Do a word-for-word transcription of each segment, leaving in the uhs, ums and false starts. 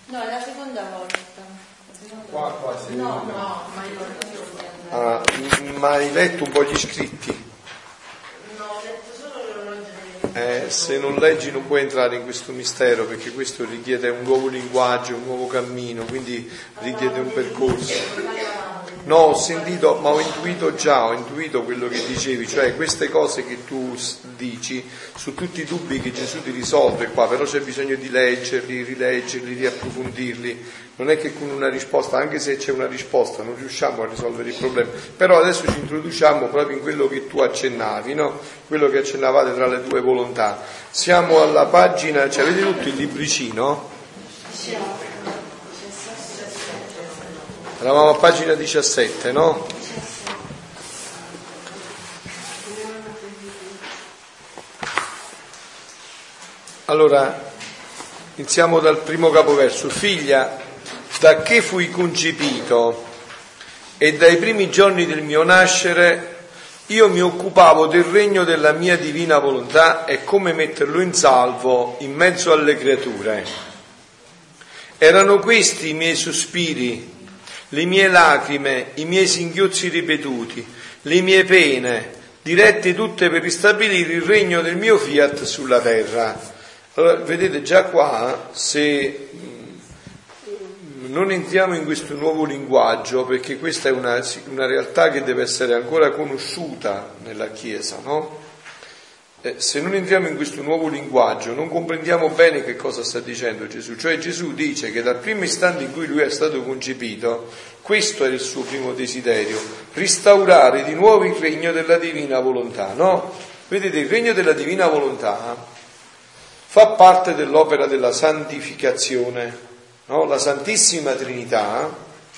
No, è la seconda volta. Qua, qua, sì. No, no, ma io ah, ma hai letto un po' gli scritti? No, ho letto solo l'orologio. Eh, se non leggi non puoi entrare in questo mistero, perché questo richiede un nuovo linguaggio, un nuovo cammino, quindi richiede un percorso. No, ho sentito, ma ho intuito già, ho intuito quello che dicevi, cioè queste cose che tu dici su tutti i dubbi che Gesù ti risolve qua, però c'è bisogno di leggerli, rileggerli, riapprofondirli. Non è che con una risposta, anche se c'è una risposta, non riusciamo a risolvere il problema. Però adesso ci introduciamo proprio in quello che tu accennavi, no? Quello che accennavate tra le due volontà. Siamo alla pagina, cioè avete tutto il libricino? Eravamo a pagina diciassette, no? Allora, iniziamo dal primo capoverso. Figlia, da che fui concepito e dai primi giorni del mio nascere io mi occupavo del regno della mia divina volontà e come metterlo in salvo in mezzo alle creature. Erano questi i miei sospiri, le mie lacrime, i miei singhiozzi ripetuti, le mie pene, dirette tutte per ristabilire il regno del mio fiat sulla terra. Allora, vedete già qua, se non entriamo in questo nuovo linguaggio, perché questa è una, una realtà che deve essere ancora conosciuta nella Chiesa, no? Eh, se non entriamo in questo nuovo linguaggio non comprendiamo bene che cosa sta dicendo Gesù. Cioè Gesù dice che dal primo istante in cui lui è stato concepito, questo era il suo primo desiderio, restaurare di nuovo il regno della divina volontà, no? Vedete, il regno della divina volontà fa parte dell'opera della santificazione, no? La Santissima Trinità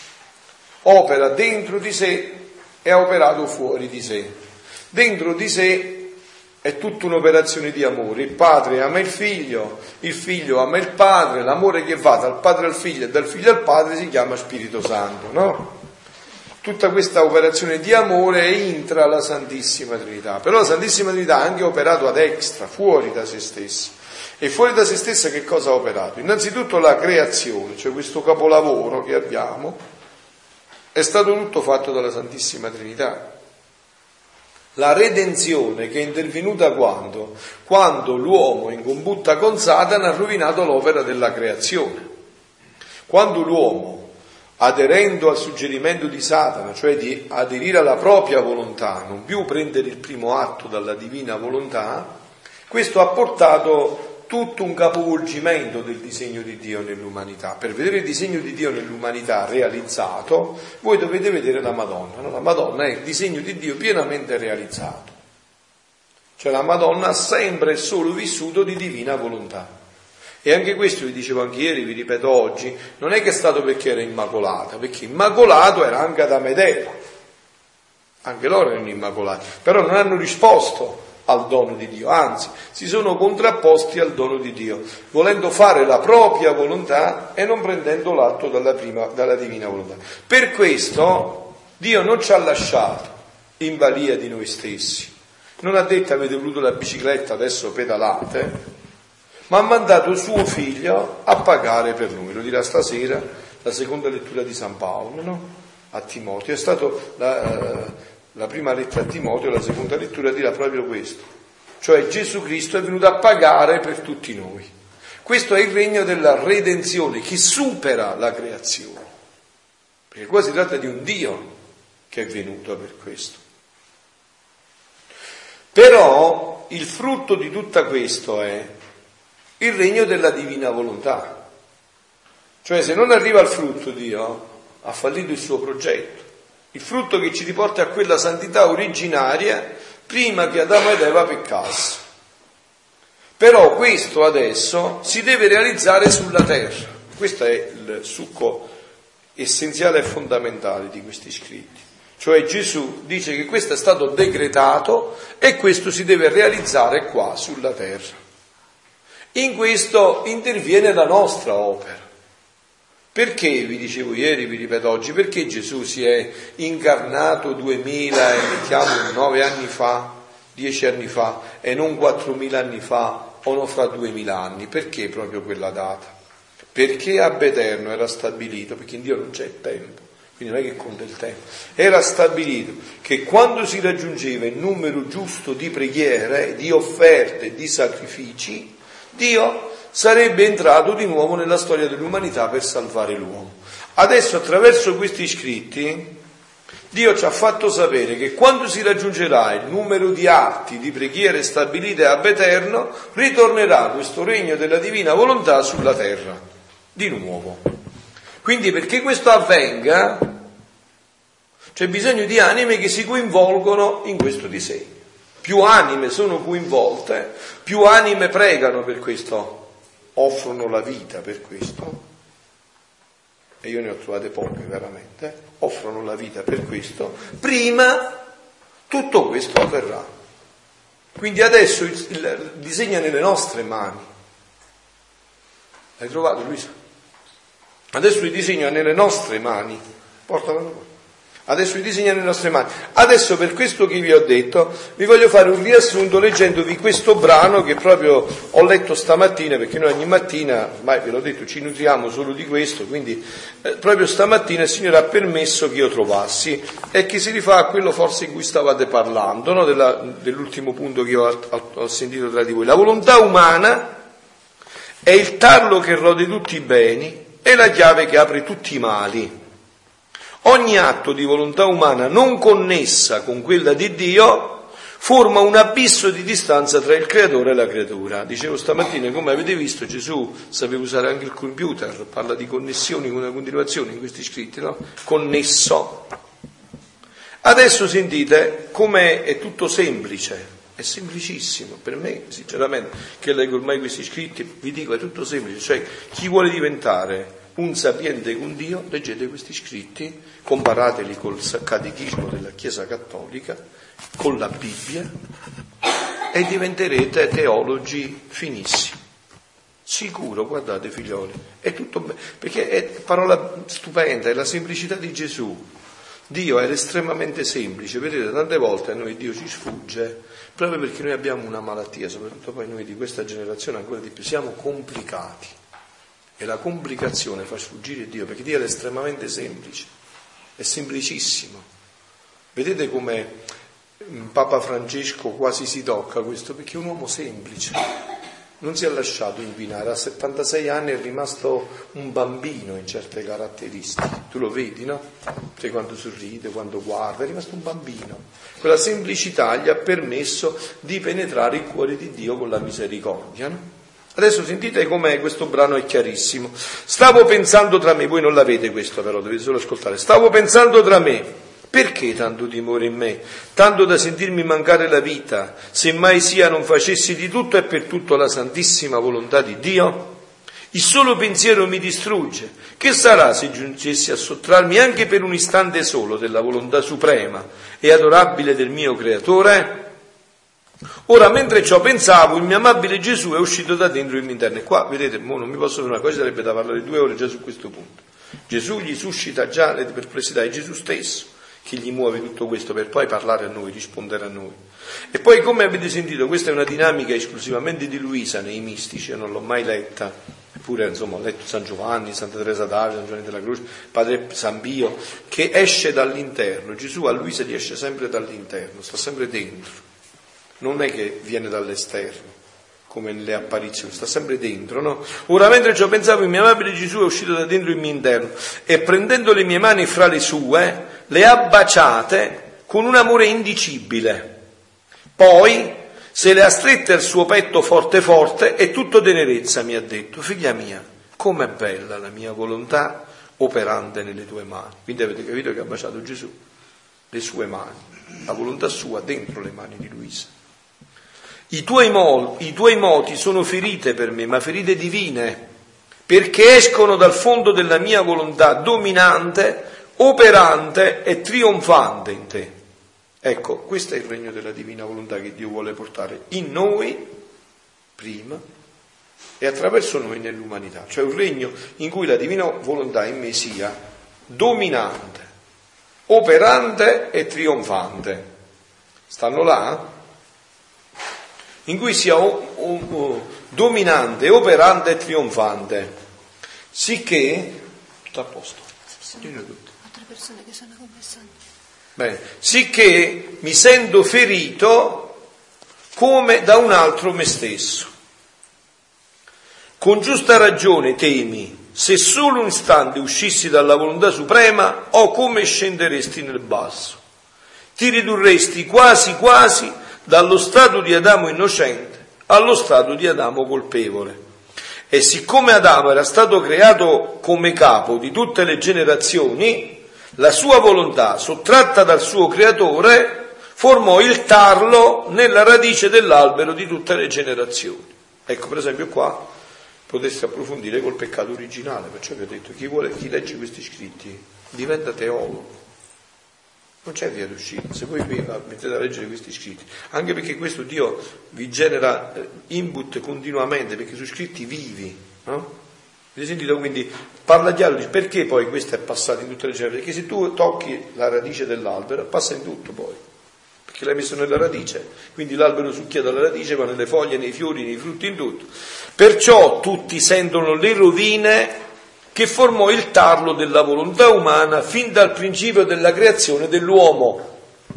opera dentro di sé e ha operato fuori di sé. Dentro di sé è tutta un'operazione di amore. Il padre ama il figlio, il figlio ama il padre, l'amore che va dal padre al figlio e dal figlio al padre si chiama Spirito Santo, no? Tutta questa operazione di amore entra la Santissima Trinità. Però la Santissima Trinità ha anche operato ad extra, fuori da se stessa. E fuori da se stessa che cosa ha operato? Innanzitutto la creazione, cioè questo capolavoro che abbiamo, è stato tutto fatto dalla Santissima Trinità. La redenzione che è intervenuta quando? Quando l'uomo in combutta con Satana ha rovinato l'opera della creazione. Quando l'uomo, aderendo al suggerimento di Satana, cioè di aderire alla propria volontà, non più prendere il primo atto dalla divina volontà, questo ha portato tutto un capovolgimento del disegno di Dio nell'umanità. Per vedere il disegno di Dio nell'umanità realizzato, voi dovete vedere la Madonna, no? La Madonna è il disegno di Dio pienamente realizzato. Cioè la Madonna ha sempre e solo vissuto di divina volontà. E anche questo vi dicevo anche ieri, vi ripeto oggi, non è che è stato perché era immacolata, perché immacolato era anche Adamo ed Eva. Anche loro erano immacolati, però non hanno risposto al dono di Dio, anzi si sono contrapposti al dono di Dio, volendo fare la propria volontà e non prendendo l'atto dalla, prima, dalla divina volontà. Per questo Dio non ci ha lasciato in balia di noi stessi, non ha detto avete voluto la bicicletta, adesso pedalate, ma ha mandato suo figlio a pagare per noi. Lo dirà stasera la seconda lettura di San Paolo, no? A Timoteo, è stato la... La prima lettera a Timoteo, la seconda lettura dirà proprio questo, cioè Gesù Cristo è venuto a pagare per tutti noi. Questo è il regno della redenzione che supera la creazione, perché qua si tratta di un Dio che è venuto per questo. Però il frutto di tutto questo è il regno della divina volontà, cioè se non arriva al frutto Dio ha fallito il suo progetto. Il frutto che ci riporta a quella santità originaria prima che Adamo ed Eva peccassero. Però questo adesso si deve realizzare sulla terra. Questo è il succo essenziale e fondamentale di questi scritti. Cioè Gesù dice che questo è stato decretato e questo si deve realizzare qua sulla terra. In questo interviene la nostra opera. Perché, vi dicevo ieri, vi ripeto oggi, perché Gesù si è incarnato duemila e mettiamo nove anni fa, dieci anni fa, e non quattromila anni fa o non fra duemila anni? Perché proprio quella data? perché ab eterno era stabilito, perché in Dio non c'è tempo, quindi non è che conta il tempo, era stabilito che quando si raggiungeva il numero giusto di preghiere, di offerte, di sacrifici, Dio sarebbe entrato di nuovo nella storia dell'umanità per salvare l'uomo. Adesso, attraverso questi scritti, Dio ci ha fatto sapere che quando si raggiungerà il numero di atti di preghiere stabilite ab eterno, ritornerà questo regno della divina volontà sulla terra, di nuovo. Quindi perché questo avvenga, c'è bisogno di anime che si coinvolgono in questo disegno. Più anime sono coinvolte, più anime pregano per questo, offrono la vita per questo, e io ne ho trovate poche veramente, offrono la vita per questo, prima tutto questo avverrà. Quindi adesso il, il disegno è nelle nostre mani. L'hai trovato, Luisa? Adesso il disegno è nelle nostre mani. Portalo. Adesso il disegno è nelle nostre mani. Adesso, per questo che vi ho detto, vi voglio fare un riassunto leggendovi questo brano che proprio ho letto stamattina, perché noi ogni mattina, ormai ve l'ho detto, ci nutriamo solo di questo, quindi eh, proprio stamattina il Signore ha permesso che io trovassi, e che si rifà a quello forse in cui stavate parlando, no? Della, dell'ultimo punto che io ho, ho sentito tra di voi. La volontà umana è il tarlo che rode tutti i beni, è la chiave che apre tutti i mali. Ogni atto di volontà umana non connessa con quella di Dio forma un abisso di distanza tra il creatore e la creatura. Dicevo stamattina, come avete visto, Gesù sapeva usare anche il computer, parla di connessioni con una continuazione in questi scritti, no? Connesso. Adesso sentite come è tutto semplice, è semplicissimo, per me sinceramente, che leggo ormai questi scritti, vi dico, è tutto semplice, cioè chi vuole diventare un sapiente con Dio, leggete questi scritti, comparateli col catechismo della Chiesa Cattolica, con la Bibbia, e diventerete teologi finissimi. Sicuro, guardate figlioli, è tutto bello, perché è parola stupenda, è la semplicità di Gesù. Dio era estremamente semplice, vedete, tante volte a noi Dio ci sfugge, proprio perché noi abbiamo una malattia, soprattutto poi noi di questa generazione ancora di più, siamo complicati. E la complicazione fa sfuggire Dio, perché Dio è estremamente semplice, è semplicissimo. Vedete come Papa Francesco quasi si tocca questo, perché è un uomo semplice, non si è lasciato inquinare, a settantasei anni è rimasto un bambino in certe caratteristiche, tu lo vedi, no? Cioè quando sorride, quando guarda, è rimasto un bambino. Quella semplicità gli ha permesso di penetrare il cuore di Dio con la misericordia, no? Adesso sentite com'è, questo brano è chiarissimo. Stavo pensando tra me, voi non l'avete questo però, dovete solo ascoltare. Stavo pensando tra me, perché tanto timore in me, tanto da sentirmi mancare la vita, se mai sia non facessi di tutto e per tutto la santissima volontà di Dio? Il solo pensiero mi distrugge. Che sarà se giungessi a sottrarmi anche per un istante solo della volontà suprema e adorabile del mio Creatore? Ora, mentre ciò pensavo, il mio amabile Gesù è uscito da dentro il mio interno. E qua, vedete, mo non mi posso dire una cosa, sarebbe da parlare due ore già su questo punto. Gesù gli suscita già le perplessità, è Gesù stesso che gli muove tutto questo per poi parlare a noi, rispondere a noi. E poi, come avete sentito, questa è una dinamica esclusivamente di Luisa nei mistici, io non l'ho mai letta, eppure insomma ho letto San Giovanni, Santa Teresa d'Avila, San Giovanni della Croce, Padre San Pio, che esce dall'interno. Gesù a Luisa gli esce sempre dall'interno, sta sempre dentro. Non è che viene dall'esterno, come nelle apparizioni, sta sempre dentro, no? Ora, mentre ciò pensavo, il mio amabile Gesù è uscito da dentro il mio interno e prendendo le mie mani fra le sue, le ha baciate con un amore indicibile. Poi se le ha strette al suo petto forte forte e tutto tenerezza mi ha detto: figlia mia, com'è bella la mia volontà operante nelle tue mani. Quindi avete capito che ha baciato Gesù, le sue mani, la volontà sua dentro le mani di Luisa. I tuoi, mo- I tuoi moti sono ferite per me, ma ferite divine, perché escono dal fondo della mia volontà dominante, operante e trionfante in te. Ecco, questo è il regno della divina volontà che Dio vuole portare in noi prima e attraverso noi nell'umanità, cioè un regno in cui la divina volontà in me sia dominante, operante e trionfante. Stanno là? In cui sia o, o, o, dominante, operante e trionfante. Sicché, tutto a posto, dillo tutto. Altre persone che stanno confessando. Bene, sicché mi sento ferito come da un altro me stesso. Con giusta ragione temi, se solo un istante uscissi dalla volontà suprema, o come scenderesti nel basso. Ti ridurresti quasi quasi dallo stato di Adamo innocente allo stato di Adamo colpevole. E siccome Adamo era stato creato come capo di tutte le generazioni, la sua volontà, sottratta dal suo creatore, formò il tarlo nella radice dell'albero di tutte le generazioni. Ecco, per esempio qua potreste approfondire col peccato originale, perciò vi ho detto, chi vuole, chi legge questi scritti diventa teologo. Non c'è via d'uscita, se voi vi mettete a leggere questi scritti, anche perché questo Dio vi genera input continuamente, perché sono scritti vivi, no? Vi sentite? Quindi parla chiaro, dice, perché poi questo è passato in tutte le generazioni? Perché se tu tocchi la radice dell'albero, passa in tutto poi, perché l'hai messo nella radice, quindi l'albero succhia dalla radice, va nelle foglie, nei fiori, nei frutti, in tutto. Perciò tutti sentono le rovine che formò il tarlo della volontà umana fin dal principio della creazione dell'uomo.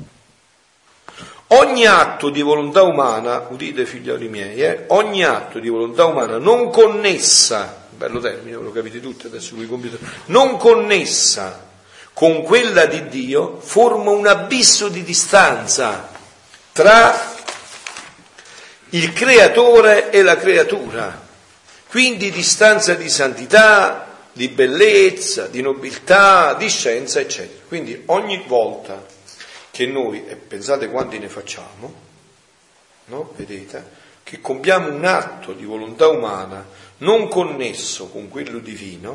Ogni atto di volontà umana, udite figlioli miei, eh, ogni atto di volontà umana non connessa, bello termine, lo capite tutti adesso con i computer, non connessa con quella di Dio, forma un abisso di distanza tra il creatore e la creatura, quindi distanza di santità, di bellezza, di nobiltà, di scienza, eccetera. Quindi ogni volta che noi, e pensate quanti ne facciamo, no? Vedete, che compiamo un atto di volontà umana non connesso con quello divino,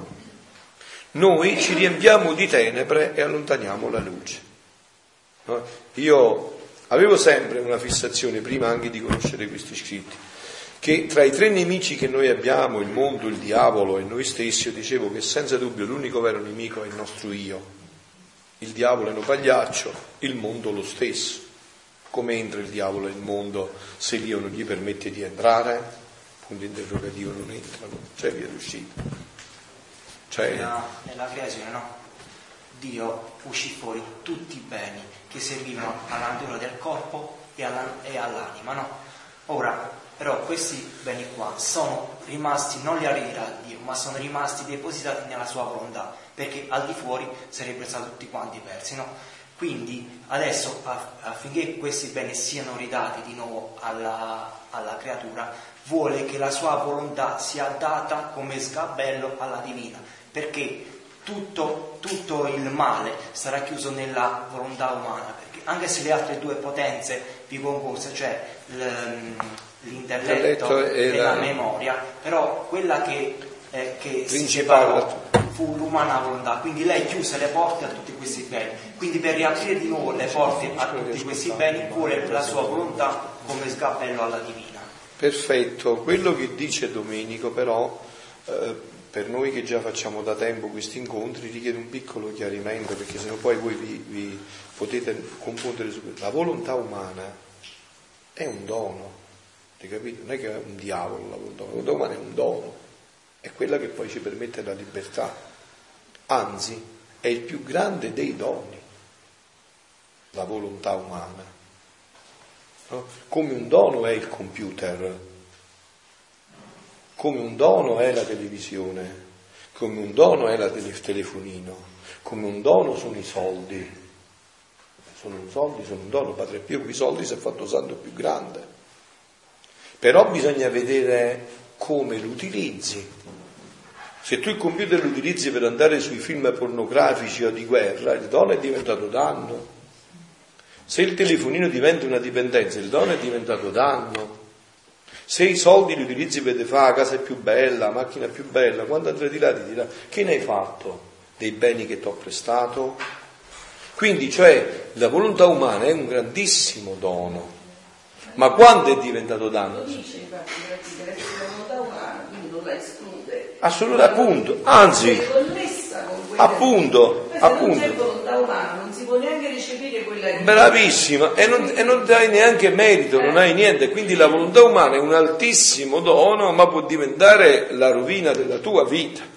noi ci riempiamo di tenebre e allontaniamo la luce. No? Io avevo sempre una fissazione, prima anche di conoscere questi scritti, che tra i tre nemici che noi abbiamo, il mondo, il diavolo e noi stessi, io dicevo che senza dubbio l'unico vero nemico è il nostro io. Il diavolo è un pagliaccio, il mondo lo stesso. Come entra il diavolo nel mondo se Dio non gli permette di entrare? Punto interrogativo, non entra, non c'è via d'uscita. Cioè, nella, nella creazione, no? Dio uscì fuori tutti i beni che servivano alla natura del corpo e, alla, e all'anima, no? Ora, però questi beni qua sono rimasti, non li ha ritirati Dio, ma sono rimasti depositati nella sua volontà, perché al di fuori sarebbero stati tutti quanti persi, no? Quindi adesso affinché questi beni siano ridati di nuovo alla, alla creatura, vuole che la sua volontà sia data come sgabello alla divina, perché tutto, tutto il male sarà chiuso nella volontà umana, perché anche se le altre due potenze vi concorse, cioè l'intelletto e, e la... la memoria, però quella che, eh, che si separò fu l'umana volontà, quindi lei chiuse le porte a tutti questi beni, quindi per riaprire di nuovo le porte a tutti questi beni vuole la sua volontà come sgabello alla divina. Perfetto, quello che dice Domenico però eh, per noi che già facciamo da tempo questi incontri richiede un piccolo chiarimento, perché sennò poi voi vi, vi potete confondere su questo. La volontà umana è un dono, hai capito? Non è che è un diavolo la volontà, la volontà umana è un dono, è quella che poi ci permette la libertà, anzi è il più grande dei doni, la volontà umana. No? Come un dono è il computer, come un dono è la televisione, come un dono è la tele- telefonino, come un dono sono i soldi. Sono un soldi, sono un dono. Padre Pio con i soldi si è fatto santo più grande. Però bisogna vedere come lo utilizzi. Se tu il computer lo utilizzi per andare sui film pornografici o di guerra, il dono è diventato danno. Se il telefonino diventa una dipendenza, il dono è diventato danno. Se i soldi li utilizzi per fare la casa più bella, la macchina più bella, quando andrai di là ti dirà: che ne hai fatto dei beni che ti ho prestato? Quindi, cioè, la volontà umana è un grandissimo dono, ma quando è diventato danno? Dice infatti che la volontà umana, quindi non la esclude. Assolutamente, appunto, anzi, appunto, appunto. Non c'è volontà umana, non si può neanche recepire quella che... Bravissima, e non, e non dai neanche merito, non hai niente, quindi la volontà umana è un altissimo dono, ma può diventare la rovina della tua vita.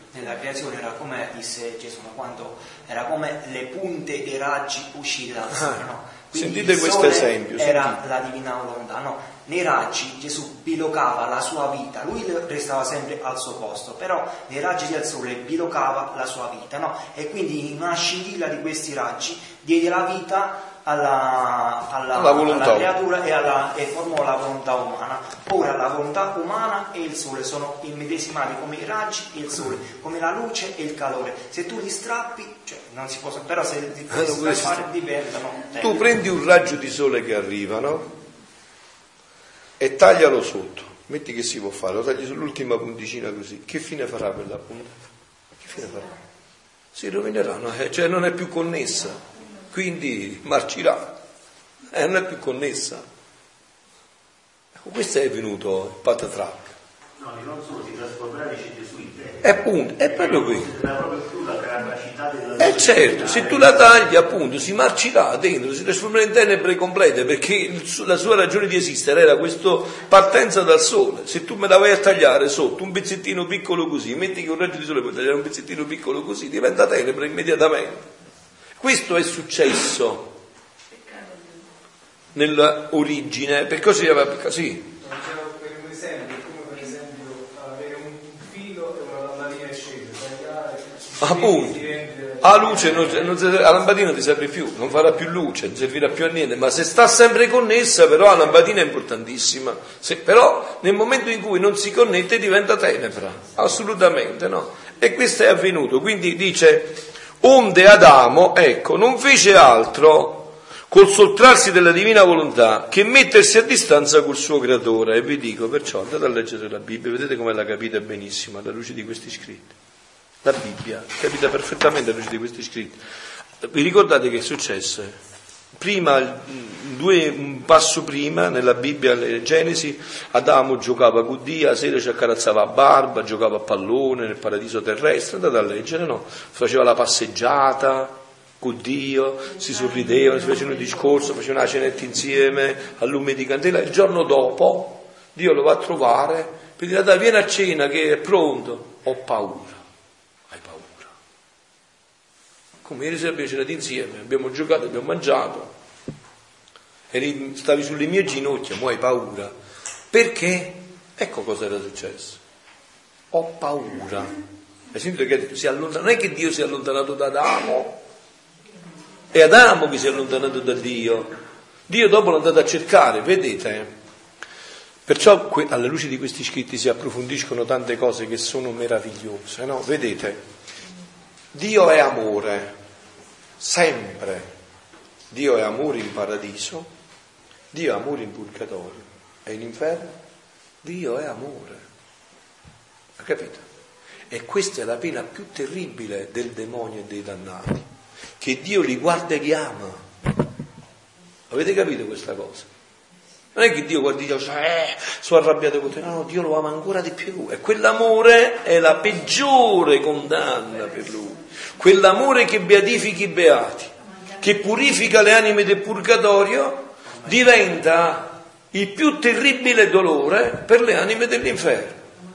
nella creazione era come, disse Gesù, quando era come le punte dei raggi usciti dal sole, Ah, no? Quindi sentite il questo sole esempio, era sentite. la divina volontà, no? Nei raggi Gesù bilocava la sua vita, lui restava sempre al suo posto, però nei raggi del sole bilocava la sua vita, no? E quindi in una scintilla di questi raggi diede la vita alla, alla, alla, volontà. alla creatura e, alla, e formò la volontà umana. Ora la volontà umana e il sole sono immedesimati come i raggi e il sole, come la luce e il calore. Se tu li strappi, cioè non si può, però se li puoi allora, strappare diventano. Tu prendi un raggio di sole che arriva, no? E taglialo sotto. Metti che si può fare, lo tagli sull'ultima punticina così. Che fine farà quella punta? Che fine farà? Si rovinerà, no? Eh, cioè non è più connessa, quindi marcirà, eh, non è più connessa. Ecco, questo è venuto il patatrac. No, non solo si trasformerà, dice Gesù, in bene. È appunto, è proprio qui. Era proprio più la capacità della Eh certo, se tu la tagli appunto si marcirà dentro, si trasformerà in tenebre complete, perché il su- la sua ragione di esistere era questa partenza dal sole. Se tu me la vai a tagliare sotto un pezzettino piccolo così, metti che un raggio di sole puoi tagliare un pezzettino piccolo così, diventa tenebre immediatamente. Questo è successo nell'origine, per così aveva peccato, sì. Non c'era per un esempio, come per esempio avere un filo e una lampadina accesa, tagliare, Appunto, diventa- a luce non, non, la lampadina non ti serve più, non farà più luce, non servirà più a niente, ma se sta sempre connessa, però la lampadina è importantissima. Se, però nel momento in cui non si connette diventa tenebra, assolutamente no. E questo è avvenuto, quindi dice, onde Adamo, ecco, non fece altro col sottrarsi della divina volontà che mettersi a distanza col suo creatore. E vi dico, perciò andate a leggere la Bibbia, vedete come la capite benissimo alla luce di questi scritti. La Bibbia capita perfettamente alla luce di questi scritti. Vi ricordate che è successo? Prima, due, un passo prima, nella Bibbia, nella Genesi, Adamo giocava con Dio, la sera ci accarazzava a barba, giocava a pallone nel paradiso terrestre, andate a leggere, no? Faceva la passeggiata con Dio, si sorridevano, si facevano un discorso, facevano una cenetta insieme, a lume di candela. Il giorno dopo Dio lo va a trovare per dire: dai, vieni a cena che è pronto. Ho paura. Hai paura? Come ieri sera abbiamo cenato insieme, abbiamo giocato, abbiamo mangiato, eri, stavi sulle mie ginocchia, mo hai paura. Perché? Ecco cosa era successo. Ho paura. Hai sentito che si allontana? Non è che Dio si è allontanato da Adamo, è Adamo che si è allontanato da Dio. Dio dopo l'ha andato a cercare, vedete? Perciò alla luce di questi scritti si approfondiscono tante cose che sono meravigliose, no? Vedete? Dio è amore, sempre. Dio è amore in paradiso, Dio è amore in purgatorio. E in inferno? Dio è amore. Ha capito? E questa è la pena più terribile del demonio e dei dannati, che Dio li guarda e li ama. Avete capito questa cosa? Non è che Dio guarda e dice, eh, sono arrabbiato con te. No, Dio lo ama ancora di più. E quell'amore è la peggiore condanna per lui. Quell'amore che beatifica i beati, che purifica le anime del purgatorio, diventa il più terribile dolore per le anime dell'inferno.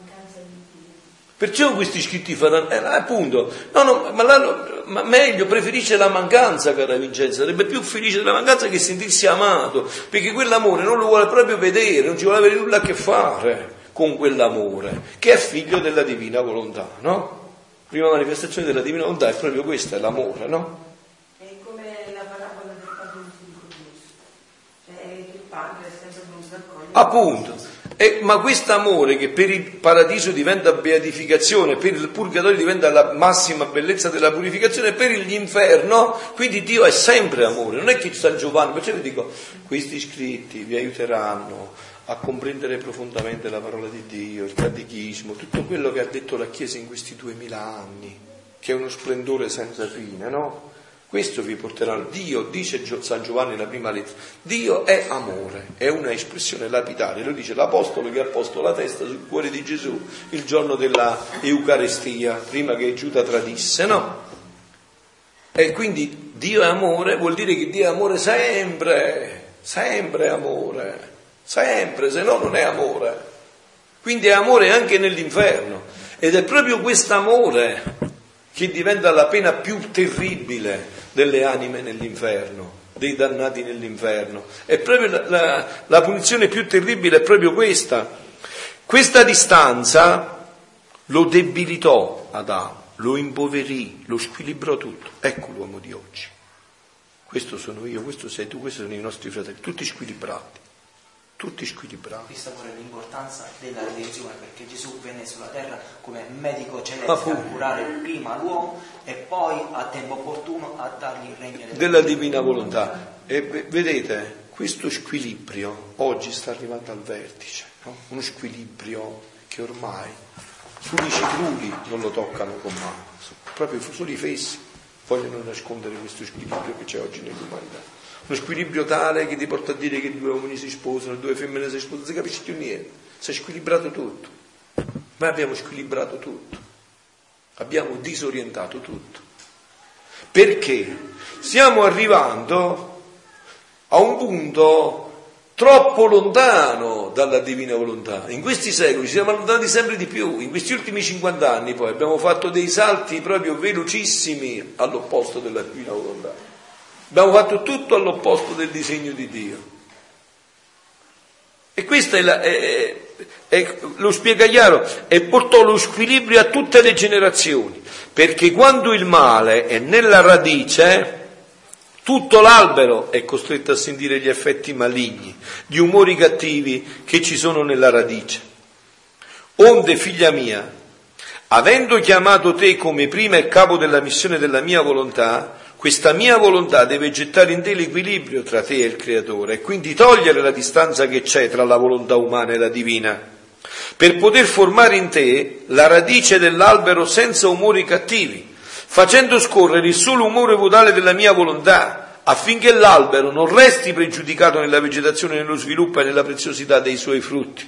Perciò questi scritti faranno, eh, appunto, no, no, ma, la, ma meglio, preferisce la mancanza, cara Vincenza, sarebbe più felice della mancanza che sentirsi amato, perché quell'amore non lo vuole proprio vedere, non ci vuole avere nulla a che fare con quell'amore, che è figlio della divina volontà, no? Prima manifestazione della divina volontà è proprio questa, è l'amore, no? È come la parabola del padre misericordioso, cioè che il padre è sempre pronto ad accogliere. Appunto. E, ma questo amore che per il paradiso diventa beatificazione, per il purgatorio diventa la massima bellezza della purificazione, per l'inferno, quindi Dio è sempre amore. Non è che San Giovanni, perciò vi dico, questi scritti vi aiuteranno a comprendere profondamente la parola di Dio, il catechismo, tutto quello che ha detto la Chiesa in questi duemila anni, che è uno splendore senza fine, no? Questo vi porterà. Dio, dice San Giovanni nella prima lettera, Dio è amore, è una espressione lapidaria, lo dice l'Apostolo che ha posto la testa sul cuore di Gesù il giorno della Eucaristia, prima che Giuda tradisse, no? E quindi Dio è amore, vuol dire che Dio è amore sempre, sempre amore, sempre, se no non è amore. Quindi è amore anche nell'inferno. Ed è proprio quest'amore che diventa la pena più terribile delle anime nell'inferno, dei dannati nell'inferno. È proprio la, la, la punizione più terribile è proprio questa. Questa distanza lo debilitò Adamo, lo impoverì, lo squilibrò tutto. Ecco l'uomo di oggi. Questo sono io, questo sei tu, questi sono i nostri fratelli, tutti squilibrati, tutti squilibrati. Questa pure è l'importanza della redenzione, perché Gesù venne sulla terra come medico celeste Ma a pure. curare prima l'uomo e poi a tempo opportuno a dargli il regno della, Della divina volontà. E vedete, questo squilibrio oggi sta arrivando al vertice, no? Uno squilibrio che ormai solo i cicruli non lo toccano con mano, proprio solo i fessi vogliono nascondere questo squilibrio che c'è oggi nell'umanità. Uno squilibrio tale che ti porta a dire che due uomini si sposano, due femmine si sposano, non si capisce più niente, si è squilibrato tutto. Ma abbiamo squilibrato tutto, abbiamo disorientato tutto. Perché stiamo arrivando a un punto troppo lontano dalla divina volontà. In questi secoli ci siamo allontanati sempre di più. In questi ultimi cinquanta anni poi abbiamo fatto dei salti proprio velocissimi all'opposto della divina volontà. Abbiamo fatto tutto all'opposto del disegno di Dio. E questo è, la, è, è, lo spiega chiaro, e portò lo squilibrio a tutte le generazioni, perché quando il male è nella radice, tutto l'albero è costretto a sentire gli effetti maligni, gli umori cattivi che ci sono nella radice. Onde, figlia mia, avendo chiamato te come prima e capo della missione della mia volontà, questa mia volontà deve gettare in te l'equilibrio tra te e il Creatore e quindi togliere la distanza che c'è tra la volontà umana e la divina, per poter formare in te la radice dell'albero senza umori cattivi, facendo scorrere il solo umore vitale della mia volontà, affinché l'albero non resti pregiudicato nella vegetazione, nello sviluppo e nella preziosità dei suoi frutti.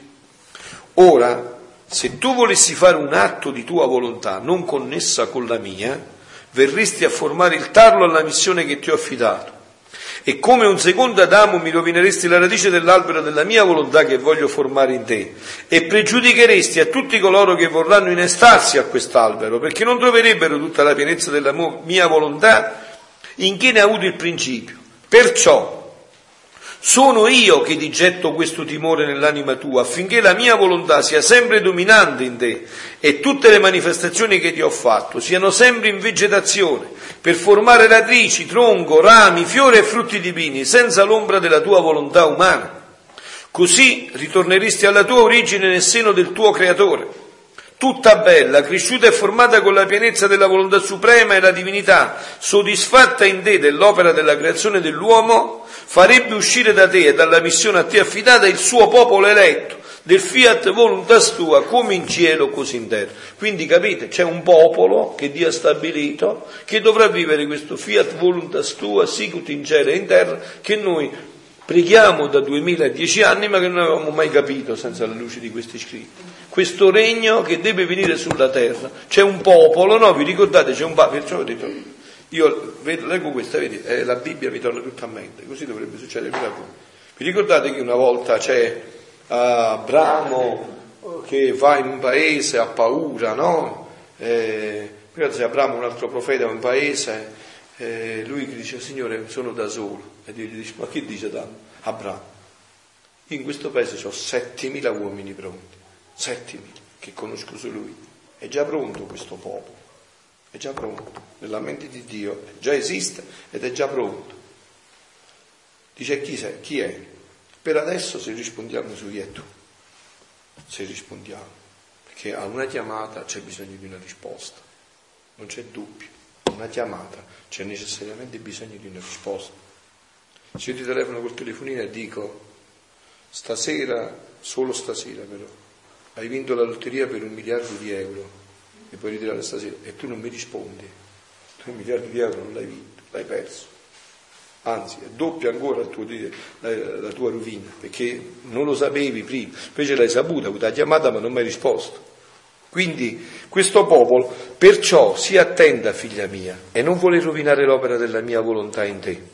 Ora, se tu volessi fare un atto di tua volontà non connessa con la mia, verresti a formare il tarlo alla missione che ti ho affidato, e come un secondo Adamo mi rovineresti la radice dell'albero della mia volontà che voglio formare in te, e pregiudicheresti a tutti coloro che vorranno innestarsi a quest'albero, perché non troverebbero tutta la pienezza della mia volontà in chi ne ha avuto il principio. Perciò sono io che ti getto questo timore nell'anima tua, affinché la mia volontà sia sempre dominante in te e tutte le manifestazioni che ti ho fatto siano sempre in vegetazione, per formare radici, tronco, rami, fiori e frutti divini, senza l'ombra della tua volontà umana. Così ritorneresti alla tua origine nel seno del tuo Creatore, tutta bella, cresciuta e formata con la pienezza della volontà suprema e la divinità, soddisfatta in te dell'opera della creazione dell'uomo, farebbe uscire da te e dalla missione a te affidata il suo popolo eletto, del fiat voluntas tua, come in cielo così in terra. Quindi capite, c'è un popolo che Dio ha stabilito, che dovrà vivere questo fiat voluntas tua, sicut in cielo e in terra, che noi preghiamo da duemiladieci anni, ma che non avevamo mai capito senza la luce di questi scritti. Questo regno che deve venire sulla terra. C'è un popolo, no? Vi ricordate? C'è un popolo, perciò ho detto, io leggo questa, vedi, eh, la Bibbia mi torna tutta a mente, così dovrebbe succedere per voi. Vi ricordate che una volta c'è uh, Abramo che va in un paese, ha paura, no? Eh, se Abramo, un altro profeta, va in un paese, eh, lui che dice, Signore, sono da solo. E Dio gli dice, ma che dice da Abramo? Io in questo paese ho settimila uomini pronti, settimila, che conosco solo lui. È già pronto questo popolo, è già pronto, nella mente di Dio, già esiste ed è già pronto. Dice, chi sei? Chi è? Per adesso se rispondiamo su chi è tu, se rispondiamo, perché a una chiamata c'è bisogno di una risposta, non c'è dubbio, a una chiamata c'è necessariamente bisogno di una risposta. Se io ti telefono col telefonino e dico, stasera, solo stasera però, hai vinto la lotteria per un miliardo di euro e puoi ritirare stasera, e tu non mi rispondi, tu un miliardo di euro non l'hai vinto, l'hai perso, anzi è doppia ancora il tuo, la, la tua rovina, perché non lo sapevi prima, invece l'hai saputo, hai avuto la chiamata ma non mi hai risposto. Quindi questo popolo perciò si attenda, figlia mia, e non vuole rovinare l'opera della mia volontà in te.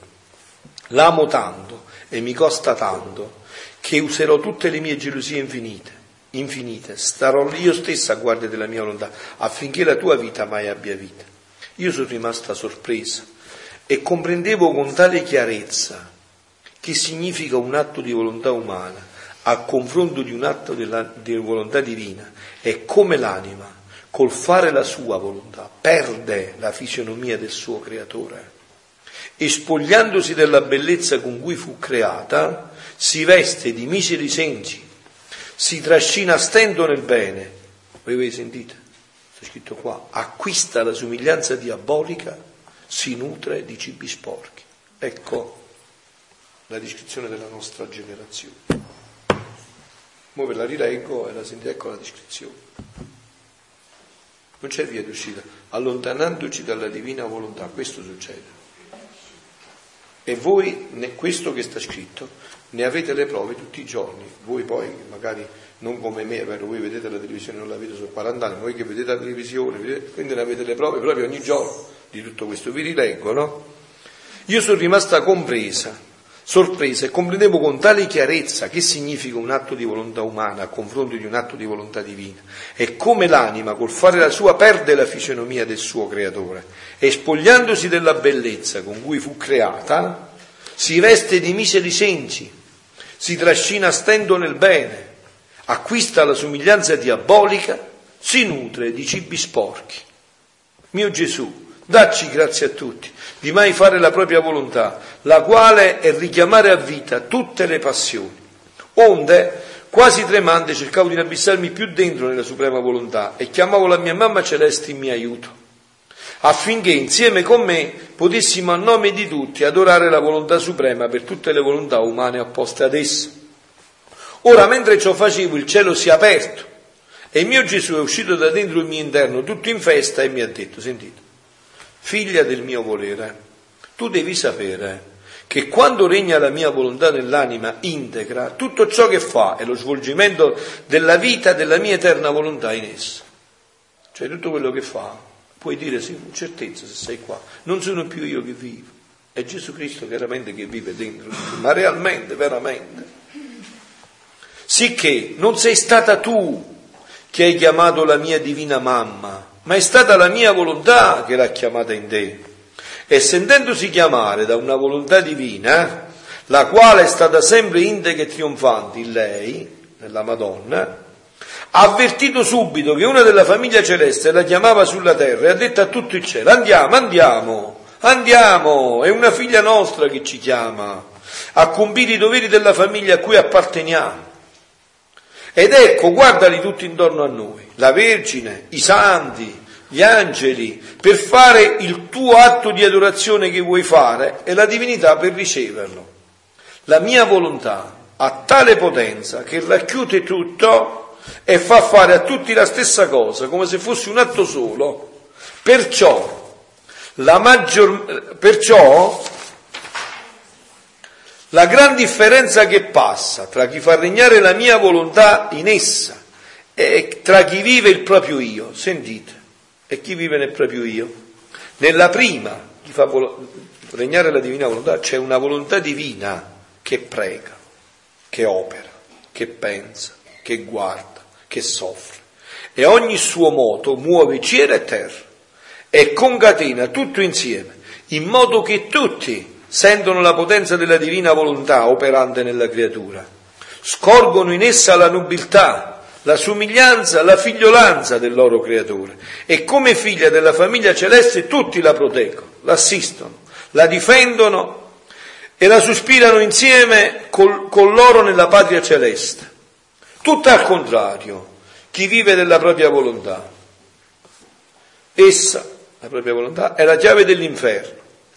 L'amo tanto e mi costa tanto che userò tutte le mie gelosie infinite infinite, starò io stessa a guardia della mia volontà, affinché la tua vita mai abbia vita. Io sono rimasta sorpresa e comprendevo con tale chiarezza che significa un atto di volontà umana a confronto di un atto della, di volontà divina, e come l'anima col fare la sua volontà perde la fisionomia del suo creatore e, spogliandosi della bellezza con cui fu creata, si veste di miseri sensi, si trascina a stento nel bene. Voi avete sentito? Sta scritto qua: acquista la somiglianza diabolica, si nutre di cibi sporchi. Ecco la descrizione della nostra generazione. Ora ve la rileggo e la sentite, ecco la descrizione. Non c'è via d'uscita. Allontanandoci dalla divina volontà, questo succede. E voi, questo che sta scritto, ne avete le prove tutti i giorni. Voi poi, magari non come me, vero? Voi vedete la televisione, non la vedo, sono quaranta anni, voi che vedete la televisione, vedete, quindi ne avete le prove proprio ogni giorno di tutto questo. Vi rileggo, no? Io sono rimasta compresa, sorpresa, e comprendevo con tale chiarezza che significa un atto di volontà umana a confronto di un atto di volontà divina, e come l'anima col fare la sua perde la fisionomia del suo creatore e, spogliandosi della bellezza con cui fu creata, si veste di miseri sensi, si trascina a stento nel bene, acquista la somiglianza diabolica, si nutre di cibi sporchi. Mio Gesù, dacci grazie a tutti di mai fare la propria volontà, la quale è richiamare a vita tutte le passioni. Onde, quasi tremante, cercavo di inabissarmi più dentro nella suprema volontà e chiamavo la mia mamma celeste in mio aiuto, affinché insieme con me potessimo a nome di tutti adorare la volontà suprema per tutte le volontà umane opposte ad essa. Ora, mentre ciò facevo, il cielo si è aperto e il mio Gesù è uscito da dentro il mio interno tutto in festa e mi ha detto: sentite, figlia del mio volere, tu devi sapere che quando regna la mia volontà nell'anima integra, tutto ciò che fa è lo svolgimento della vita della mia eterna volontà in essa. Cioè tutto quello che fa, puoi dire sì, con certezza, se sei qua, non sono più io che vivo, è Gesù Cristo chiaramente che vive dentro, ma realmente, veramente. Sicché non sei stata tu che hai chiamato la mia divina mamma, ma è stata la mia volontà che l'ha chiamata in te. E sentendosi chiamare da una volontà divina, la quale è stata sempre integra e trionfante in lei, nella Madonna, ha avvertito subito che una della famiglia celeste la chiamava sulla terra e ha detto a tutto il cielo: andiamo, andiamo, andiamo, è una figlia nostra che ci chiama a compiere i doveri della famiglia a cui apparteniamo. Ed ecco, guardali tutti intorno a noi, la Vergine, i santi, gli angeli, per fare il tuo atto di adorazione che vuoi fare, e la divinità per riceverlo. La mia volontà ha tale potenza che racchiude tutto e fa fare a tutti la stessa cosa, come se fosse un atto solo. Perciò, la maggior, perciò la gran differenza che passa tra chi fa regnare la mia volontà in essa e tra chi vive il proprio io, sentite, e chi vive nel proprio io. Nella prima, chi fa vol- regnare la divina volontà, c'è una volontà divina che prega, che opera, che pensa, che guarda, che soffre, e ogni suo moto muove cielo e terra e concatena tutto insieme, in modo che tutti sentono la potenza della divina volontà operante nella creatura, scorgono in essa la nobiltà, la somiglianza, la figliolanza del loro creatore, e come figlia della famiglia celeste tutti la proteggono, l'assistono, la difendono e la sospirano insieme col, con loro nella patria celeste. Tutto al contrario, chi vive della propria volontà, essa, la propria volontà, è la chiave dell'inferno,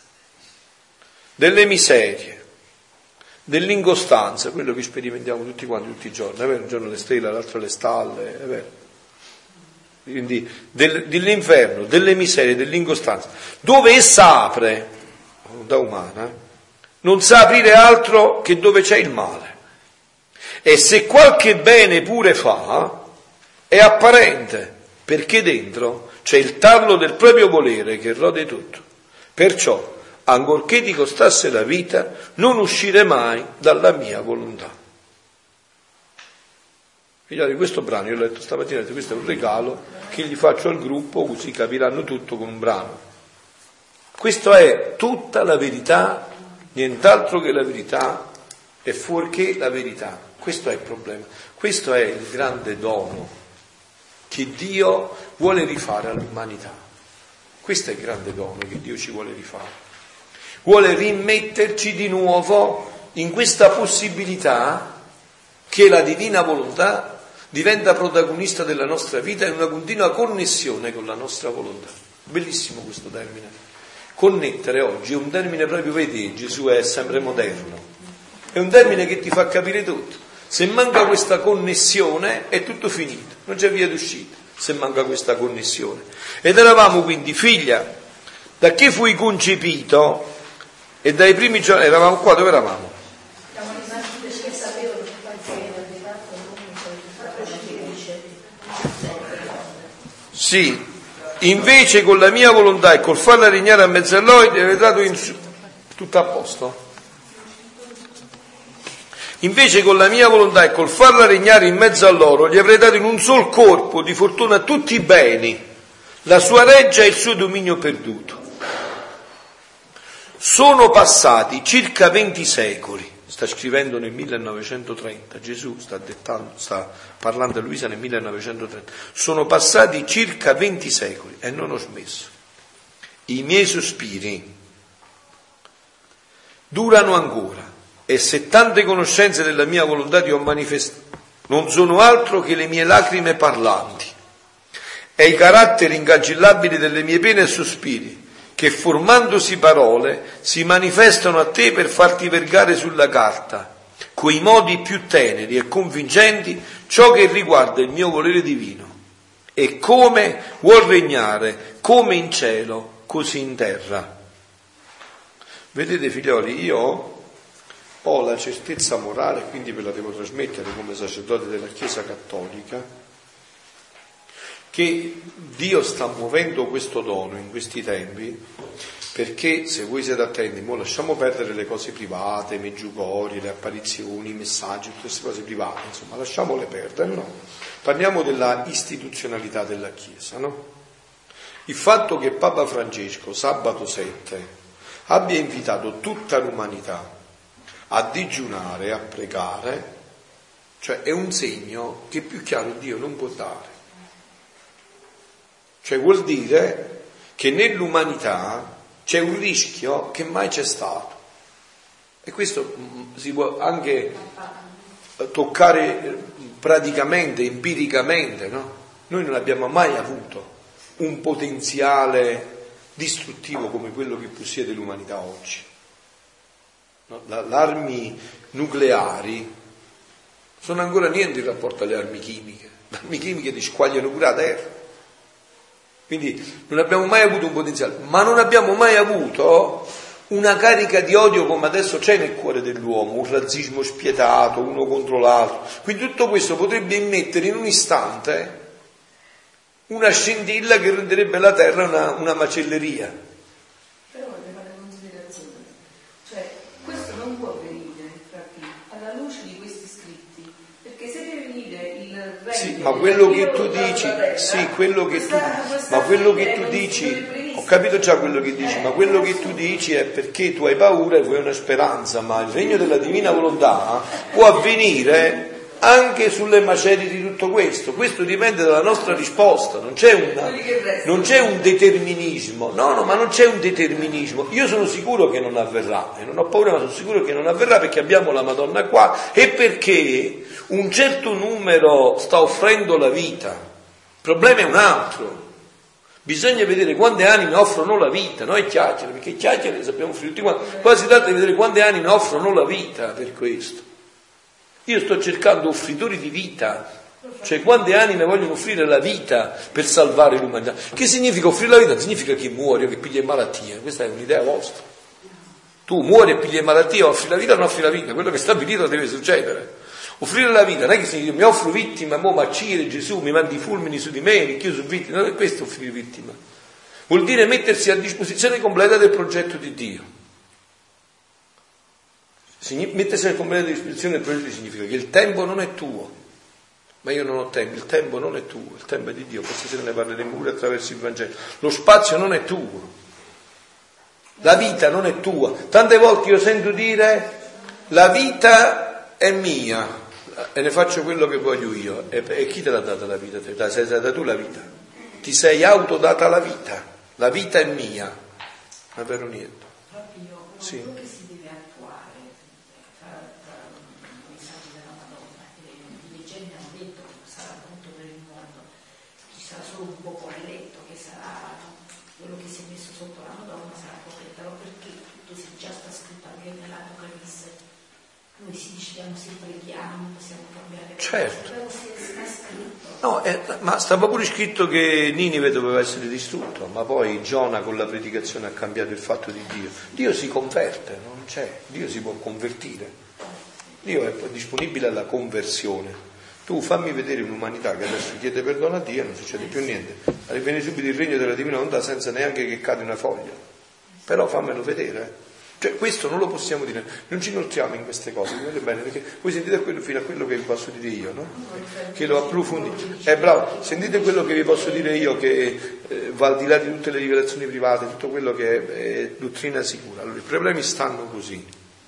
delle miserie, dell'incostanza, quello che sperimentiamo tutti quanti tutti i giorni, è vero? Un giorno le stelle, l'altro le stalle, è vero? Quindi del, dell'inferno, delle miserie, dell'incostanza, dove essa apre, la volontà umana, non sa aprire altro che dove c'è il male. E se qualche bene pure fa, è apparente, perché dentro c'è il tarlo del proprio volere che rode tutto. Perciò, ancorché ti costasse la vita, non uscire mai dalla mia volontà. Figlioli, questo brano, io l'ho letto stamattina, questo è un regalo che gli faccio al gruppo, così capiranno tutto con un brano. Questo è tutta la verità, nient'altro che la verità, e fuorché la verità. Questo è il problema. Questo è il grande dono che Dio vuole rifare all'umanità. Questo è il grande dono che Dio ci vuole rifare. Vuole rimetterci di nuovo in questa possibilità che la divina volontà diventa protagonista della nostra vita in una continua connessione con la nostra volontà. Bellissimo questo termine. Connettere oggi è un termine proprio, vedi, Gesù è sempre moderno. È un termine che ti fa capire tutto. Se manca questa connessione è tutto finito, non c'è via d'uscita se manca questa connessione. Ed eravamo quindi, figlia, da che fui concepito e dai primi giorni, eravamo qua, dove eravamo? Sì, invece con la mia volontà e col farla regnare a mezzo a loro gli avrei dato in su... tutto a posto. Invece con la mia volontà e col farla regnare in mezzo a loro gli avrei dato in un sol corpo di fortuna tutti i beni, la sua reggia e il suo dominio perduto. Sono passati circa venti secoli. Sta scrivendo nel millenovecentotrenta, Gesù sta, dettando, sta parlando a Luisa nel millenovecentotrenta. Sono passati circa venti secoli e non ho smesso. I miei sospiri durano ancora e se tante conoscenze della mia volontà ti ho manifestato, non sono altro che le mie lacrime parlanti e i caratteri incancellabili delle mie pene e sospiri, che formandosi parole si manifestano a te per farti vergare sulla carta, coi modi più teneri e convincenti, ciò che riguarda il mio volere divino, e come vuol regnare, come in cielo, così in terra. Vedete, figlioli, io ho la certezza morale, quindi ve la devo trasmettere come sacerdote della Chiesa Cattolica, che Dio sta muovendo questo dono in questi tempi, perché se voi siete attenti, mo lasciamo perdere le cose private, i meggiugori, le apparizioni, i messaggi, tutte queste cose private, insomma, lasciamole perdere, no? Parliamo della istituzionalità della Chiesa, no? Il fatto che Papa Francesco, sabato sette, abbia invitato tutta l'umanità a digiunare, a pregare, cioè è un segno che più chiaro Dio non può dare. Cioè vuol dire che nell'umanità c'è un rischio che mai c'è stato. E questo si può anche toccare praticamente, empiricamente, no? Noi non abbiamo mai avuto un potenziale distruttivo come quello che possiede l'umanità oggi. No? Le armi nucleari sono ancora niente in rapporto alle armi chimiche. Le armi chimiche ti squagliano pure la terra. Quindi non abbiamo mai avuto un potenziale, ma non abbiamo mai avuto una carica di odio come adesso c'è nel cuore dell'uomo, un razzismo spietato, uno contro l'altro. Quindi tutto questo potrebbe immettere in un istante una scintilla che renderebbe la terra una, una macelleria. Però voglio fare una considerazione, cioè questo non può venire alla luce di questi scritti, perché se deve venire il re, sì, ma quello che tu dici, sì, quello che tu, ma quello che tu dici, ho capito già quello che dici, ma quello che tu dici è perché tu hai paura e vuoi una speranza, ma il regno della divina volontà può avvenire anche sulle macerie di tutto questo. Questo dipende dalla nostra risposta, non c'è, una, non c'è un determinismo, no, no, ma non c'è un determinismo. Io sono sicuro che non avverrà, e non ho paura, ma sono sicuro che non avverrà perché abbiamo la Madonna qua e perché un certo numero sta offrendo la vita. Il problema è un altro. Bisogna vedere quante anime offrono la vita, non è chiacchiere, perché chiacchiere sappiamo offrire tutti quanti. Qua si tratta di vedere quante anime offrono la vita per questo. Io sto cercando offritori di vita, cioè quante anime vogliono offrire la vita per salvare l'umanità. Che significa offrire la vita? Significa che muori o che pigli malattia, questa è un'idea vostra. Tu muori e pigli malattia, offri la vita o non offri la vita, quello che è stabilito deve succedere. Offrire la vita non è che significa mi offro vittima, mo macire Gesù, mi mandi i fulmini su di me, io sono vittima, non è questo offrire vittima. Vuol dire mettersi a disposizione completa del progetto di Dio. Mettersi a completa disposizione del progetto significa che il tempo non è tuo, Ma io non ho tempo, il tempo non è tuo, il tempo è di Dio, questa sera ne parleremo pure attraverso il Vangelo. Lo spazio non è tuo, la vita non è tua. Tante volte io sento dire la vita è mia e ne faccio quello che voglio io. E, e chi te l'ha data la vita? Te la sei data tu la vita? Ti sei autodata la vita, la vita è mia, ma è vero niente. Proprio Sì. quello che si deve attuare tra, tra i messaggi della Madonna e i leggende hanno detto che sarà appunto per il mondo, ci sarà solo un popolo eletto che sarà quello che si è messo sotto la Madonna sarà protetto, perché tutto si già sta scritto anche nell'Apocalisse. Noi si dicevano se preghiamo possiamo cambiare, Certo. però si sta scritto. No, eh, ma stava pure scritto che Ninive doveva essere distrutto, ma poi Giona con la predicazione ha cambiato il fatto di Dio. Dio si converte, non c'è, Dio si può convertire, Dio è disponibile alla conversione. Tu fammi vedere un'umanità che adesso chiede perdono a Dio e non succede più niente, viene subito il regno della divina volontà senza neanche che cade una foglia, però fammelo vedere. Cioè, questo non lo possiamo dire, non ci inoltriamo in queste cose, vedete bene, perché voi sentite quello fino a quello che vi posso dire io, no? Che lo approfondi. Eh bravo, sentite quello che vi posso dire io che eh, va al di là di tutte le rivelazioni private, tutto quello che è, è dottrina sicura. Allora, i problemi stanno così.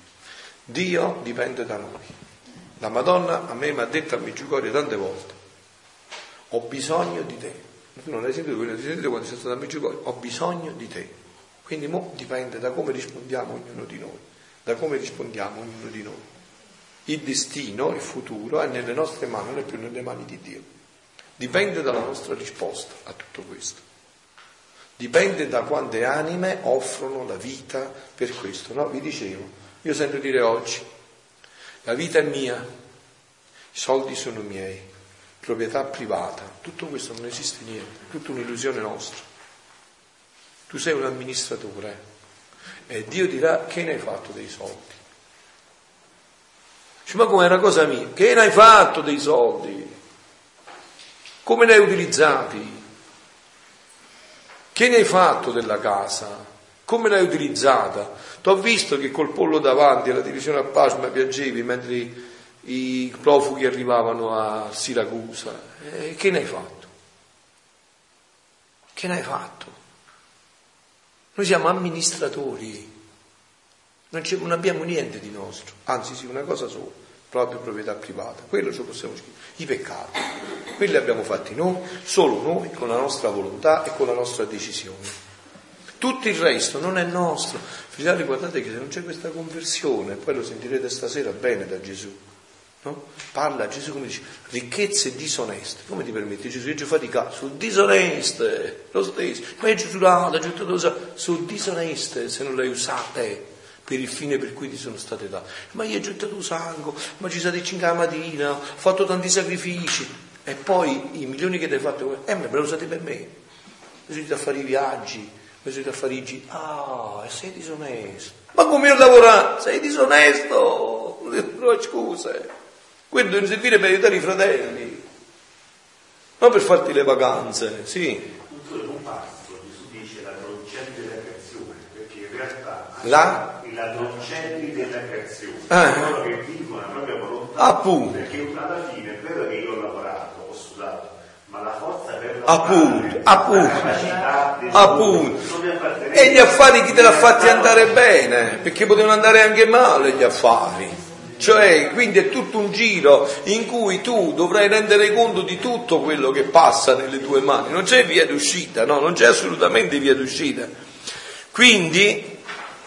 Dio dipende da noi. La Madonna a me mi ha detto a Meggiugorio tante volte: ho bisogno di te. Tu non hai sentito quello che sentite quando sei stato a Meggiugorio? Ho bisogno di te. Quindi mo dipende da come rispondiamo ognuno di noi, da come rispondiamo ognuno di noi. Il destino, il futuro è nelle nostre mani, non è più nelle mani di Dio. Dipende dalla nostra risposta a tutto questo. Dipende da quante anime offrono la vita per questo. No? Vi dicevo, io sento dire oggi, la vita è mia, i soldi sono miei, proprietà privata, tutto questo non esiste niente, è tutta un'illusione nostra. Tu sei un amministratore e Dio dirà: che ne hai fatto dei soldi? Dice: ma come è una cosa mia? Che ne hai fatto dei soldi? Come ne hai utilizzati? Che ne hai fatto della casa? Come l'hai utilizzata? T'ho visto che col pollo davanti alla divisione a Pasma piangevi mentre i, i profughi arrivavano a Siracusa. E che ne hai fatto? Che ne hai fatto? Noi siamo amministratori, non, non abbiamo niente di nostro, anzi sì, una cosa sola, proprio proprietà privata, quello ce lo possiamo scrivere, i peccati, quelli abbiamo fatti noi, solo noi, con la nostra volontà e con la nostra decisione. Tutto il resto non è nostro. Figlioli, guardate che se non c'è questa conversione, poi lo sentirete stasera bene da Gesù, no? Parla Gesù come dice, ricchezze disoneste. Come ti permetti Gesù? Io ci ho faticato, sono disoneste, lo stesso. Ma io ci ho giurato, ci ho usato, sono disoneste se non le usate per il fine per cui ti sono state date. Ma io ho gettato sangue, ma ci siete cinque la mattina, ho fatto tanti sacrifici. E poi i milioni che ti hai fatto, eh, me li usate per me. Mi sono a fare i viaggi, mi sono a fare i giri. Ah, e sei disonesto. Ma come io lavoro? Sei disonesto. No, scuse. Quello deve servire per aiutare i fratelli, non per farti le vacanze, sì. Non solo in un passo, Gesù dice la concenti della creazione, perché in realtà La? la concenti della creazione, Ah. coloro che vivono la propria volontà, Appunto. perché alla fine è vero che io ho lavorato, ho sudato, ma la forza per Appunto, lavorare, appunto, la capacità di appunto. non mi appartiene. E gli affari chi te l'ha fatti andare bene? Perché potevano andare anche male gli affari. Cioè, quindi è tutto un giro in cui tu dovrai rendere conto di tutto quello che passa nelle tue mani. Non c'è via d'uscita, no, non c'è assolutamente via d'uscita. Quindi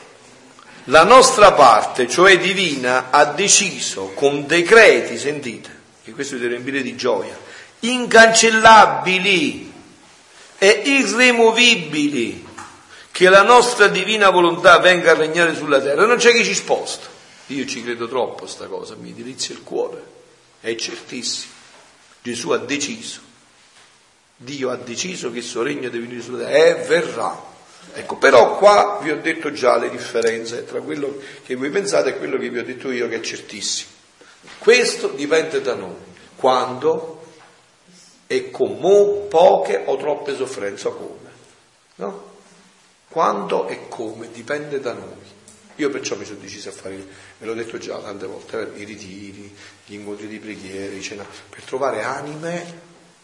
la nostra parte, cioè divina, ha deciso con decreti, sentite, che questo vi deve riempire di gioia, incancellabili e irremovibili, che la nostra divina volontà venga a regnare sulla terra. Non c'è chi ci sposta. Io ci credo troppo a sta cosa, mi delizia il cuore, è certissimo. Gesù ha deciso, Dio ha deciso che il suo regno deve venire sulla terra e verrà. Ecco, però qua vi ho detto già le differenze tra quello che voi pensate e quello che vi ho detto io, che è certissimo. Questo dipende da noi, quando e con mo, poche o troppe sofferenze, o come, no? Quando e come dipende da noi. Io perciò mi sono deciso a fare, ve l'ho detto già tante volte, eh, i ritiri, gli incontri di preghiera, i cena, per trovare anime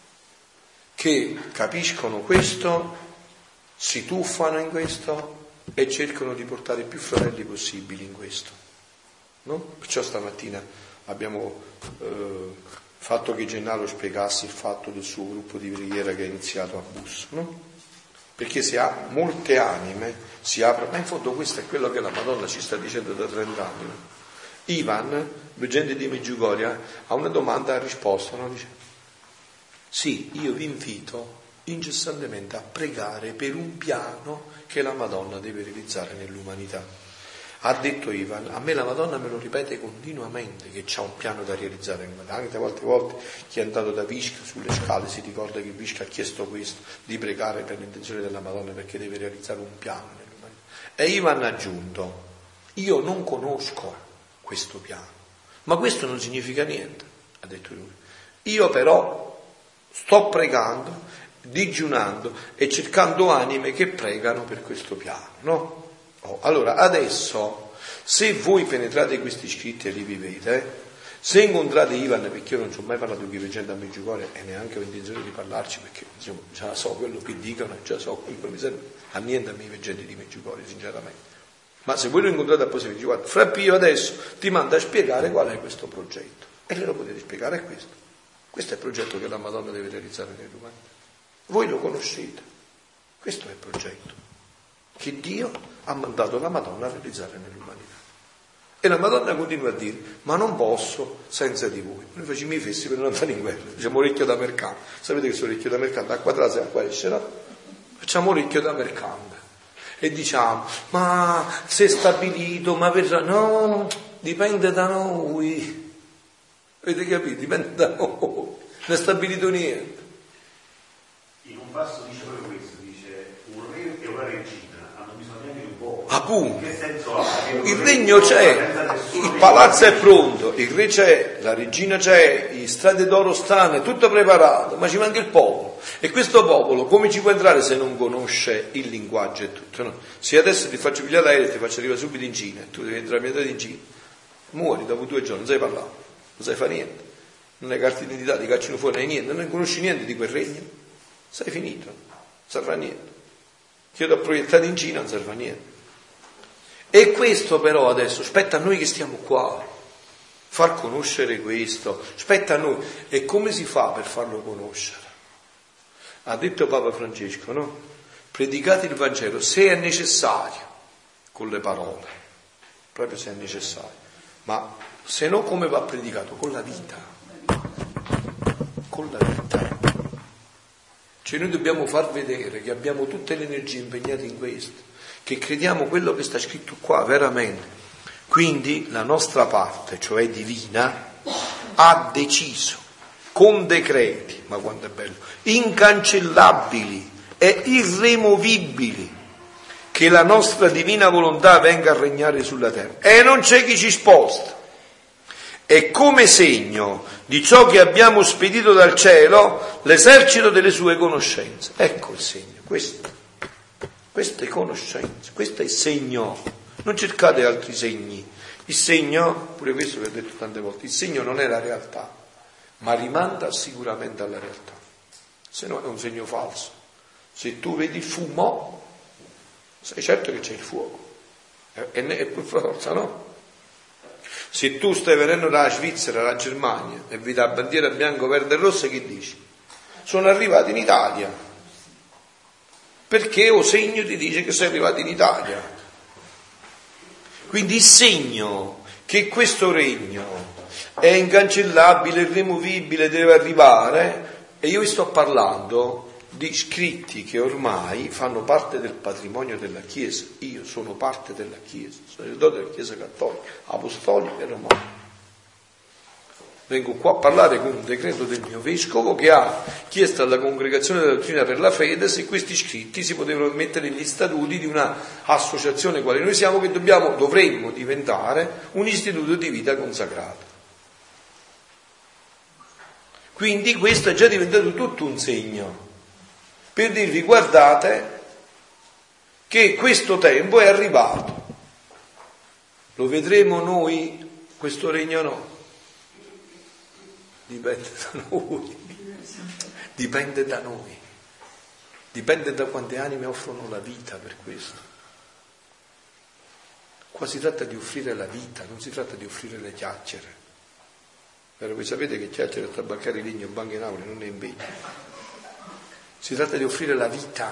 che capiscono questo, si tuffano in questo e cercano di portare più fratelli possibili in questo. No? Perciò stamattina abbiamo eh, fatto che Gennaro spiegasse il fatto del suo gruppo di preghiera che è iniziato a Busso, no? Perché se ha molte anime si apre, ma in fondo questo è quello che la Madonna ci sta dicendo da trent'anni. No? Ivan, veggente di Medjugorje, a una domanda ha risposto, no? Dice: sì, io vi invito incessantemente a pregare per un piano che la Madonna deve realizzare nell'umanità. Ha detto Ivan, a me la Madonna me lo ripete continuamente che c'ha un piano da realizzare in umanità. Anche molte volte chi è andato da Vishka sulle scale si ricorda che Vishka ha chiesto questo, di pregare per l'intenzione della Madonna perché deve realizzare un piano nell'umanità. E Ivan ha aggiunto: io non conosco questo piano, ma questo non significa niente, ha detto lui. Io però sto pregando, digiunando e cercando anime che pregano per questo piano, no? Oh, allora adesso, se voi penetrate questi scritti e li vivete, se incontrate Ivan, perché io non ci ho mai parlato di veggente a Medjugorje e neanche ho intenzione di parlarci, perché insomma già so quello che dicono, già so quello che mi serve a niente a me i veggenti di Medjugorje, sinceramente. Ma se voi lo incontrate a Posse ventiquattro, Fra Pio adesso ti manda a spiegare qual è questo progetto, e glielo potete spiegare, è questo. Questo è il progetto che la Madonna deve realizzare nell'umanità. Voi lo conoscete, questo è il progetto che Dio ha mandato la Madonna a realizzare nell'umanità. E la Madonna continua a dire: ma non posso senza di voi. Noi facciamo i fessi per non andare in guerra, facciamo orecchio da mercante. Sapete che sono orecchio da mercante? Acqua trase e acqua esce, no? Facciamo orecchio da mercante e diciamo: ma se è stabilito, ma verrà. No, dipende da noi. Avete capito? Dipende da noi. Non è stabilito niente. In un passo dice proprio questo, dice: un re e una regina hanno bisogno di un popolo. Appunto. Che senso ha? Il regno c'è, il palazzo è pronto, il re c'è, la regina c'è, i strade d'oro stanno, è tutto preparato, ma ci manca il popolo. E questo popolo come ci può entrare se non conosce il linguaggio e tutto? No? Se adesso ti faccio pigliare l'aereo e ti faccio arrivare subito in Cina e tu devi entrare a metà in Cina, muori dopo due giorni, non sai parlare, non sai fare niente, non hai carta d'identità, ti cacciano fuori, non hai niente, non conosci niente di quel regno, sei finito, non serve a niente. Io ti ho proiettato in Cina, non serve a niente. E questo però adesso spetta a noi che stiamo qua, far conoscere questo, spetta a noi. E come si fa per farlo conoscere? Ha detto Papa Francesco, no? Predicate il Vangelo se è necessario, con le parole, proprio se è necessario, ma se no come va predicato? Con la vita, con la vita. Cioè noi dobbiamo far vedere che abbiamo tutte le energie impegnate in questo, che crediamo quello che sta scritto qua veramente. Quindi la nostra parte, cioè divina, ha deciso con decreti, ma quanto è bello, incancellabili e irremovibili, che la nostra divina volontà venga a regnare sulla terra. E non c'è chi ci sposta. E come segno di ciò che abbiamo spedito dal cielo, l'esercito delle sue conoscenze. Ecco il segno, questo. Questa è conoscenza, questo è il segno. Non cercate altri segni. Il segno, pure questo vi ho detto tante volte, il segno non è la realtà, ma rimanda sicuramente alla realtà. Se no è un segno falso. Se tu vedi il fumo, sai certo che c'è il fuoco. E è per forza, no? Se tu stai venendo dalla Svizzera, dalla Germania, e vedi la bandiera bianco, verde e rossa, che dici? Sono arrivati in Italia. Perché o segno ti dice che sei arrivato in Italia. Quindi il segno che questo regno è incancellabile, irremovibile, deve arrivare, e io vi sto parlando di scritti che ormai fanno parte del patrimonio della Chiesa. Io sono parte della Chiesa, sono sacerdote della Chiesa cattolica, apostolica e romana. Vengo qua a parlare con un decreto del mio vescovo che ha chiesto alla Congregazione della Dottrina per la Fede se questi scritti si potevano mettere negli statuti di una associazione quale noi siamo, che dobbiamo, dovremmo diventare un istituto di vita consacrato. Quindi questo è già diventato tutto un segno per dirvi: guardate che questo tempo è arrivato. Lo vedremo noi, questo regno no? Dipende da noi, dipende da noi, dipende da quante anime offrono la vita per questo. Qua si tratta di offrire la vita, non si tratta di offrire le chiacchiere. Però voi sapete che chiacchiere a tabaccare legno e banche in aula non è impegno. Si tratta di offrire la vita,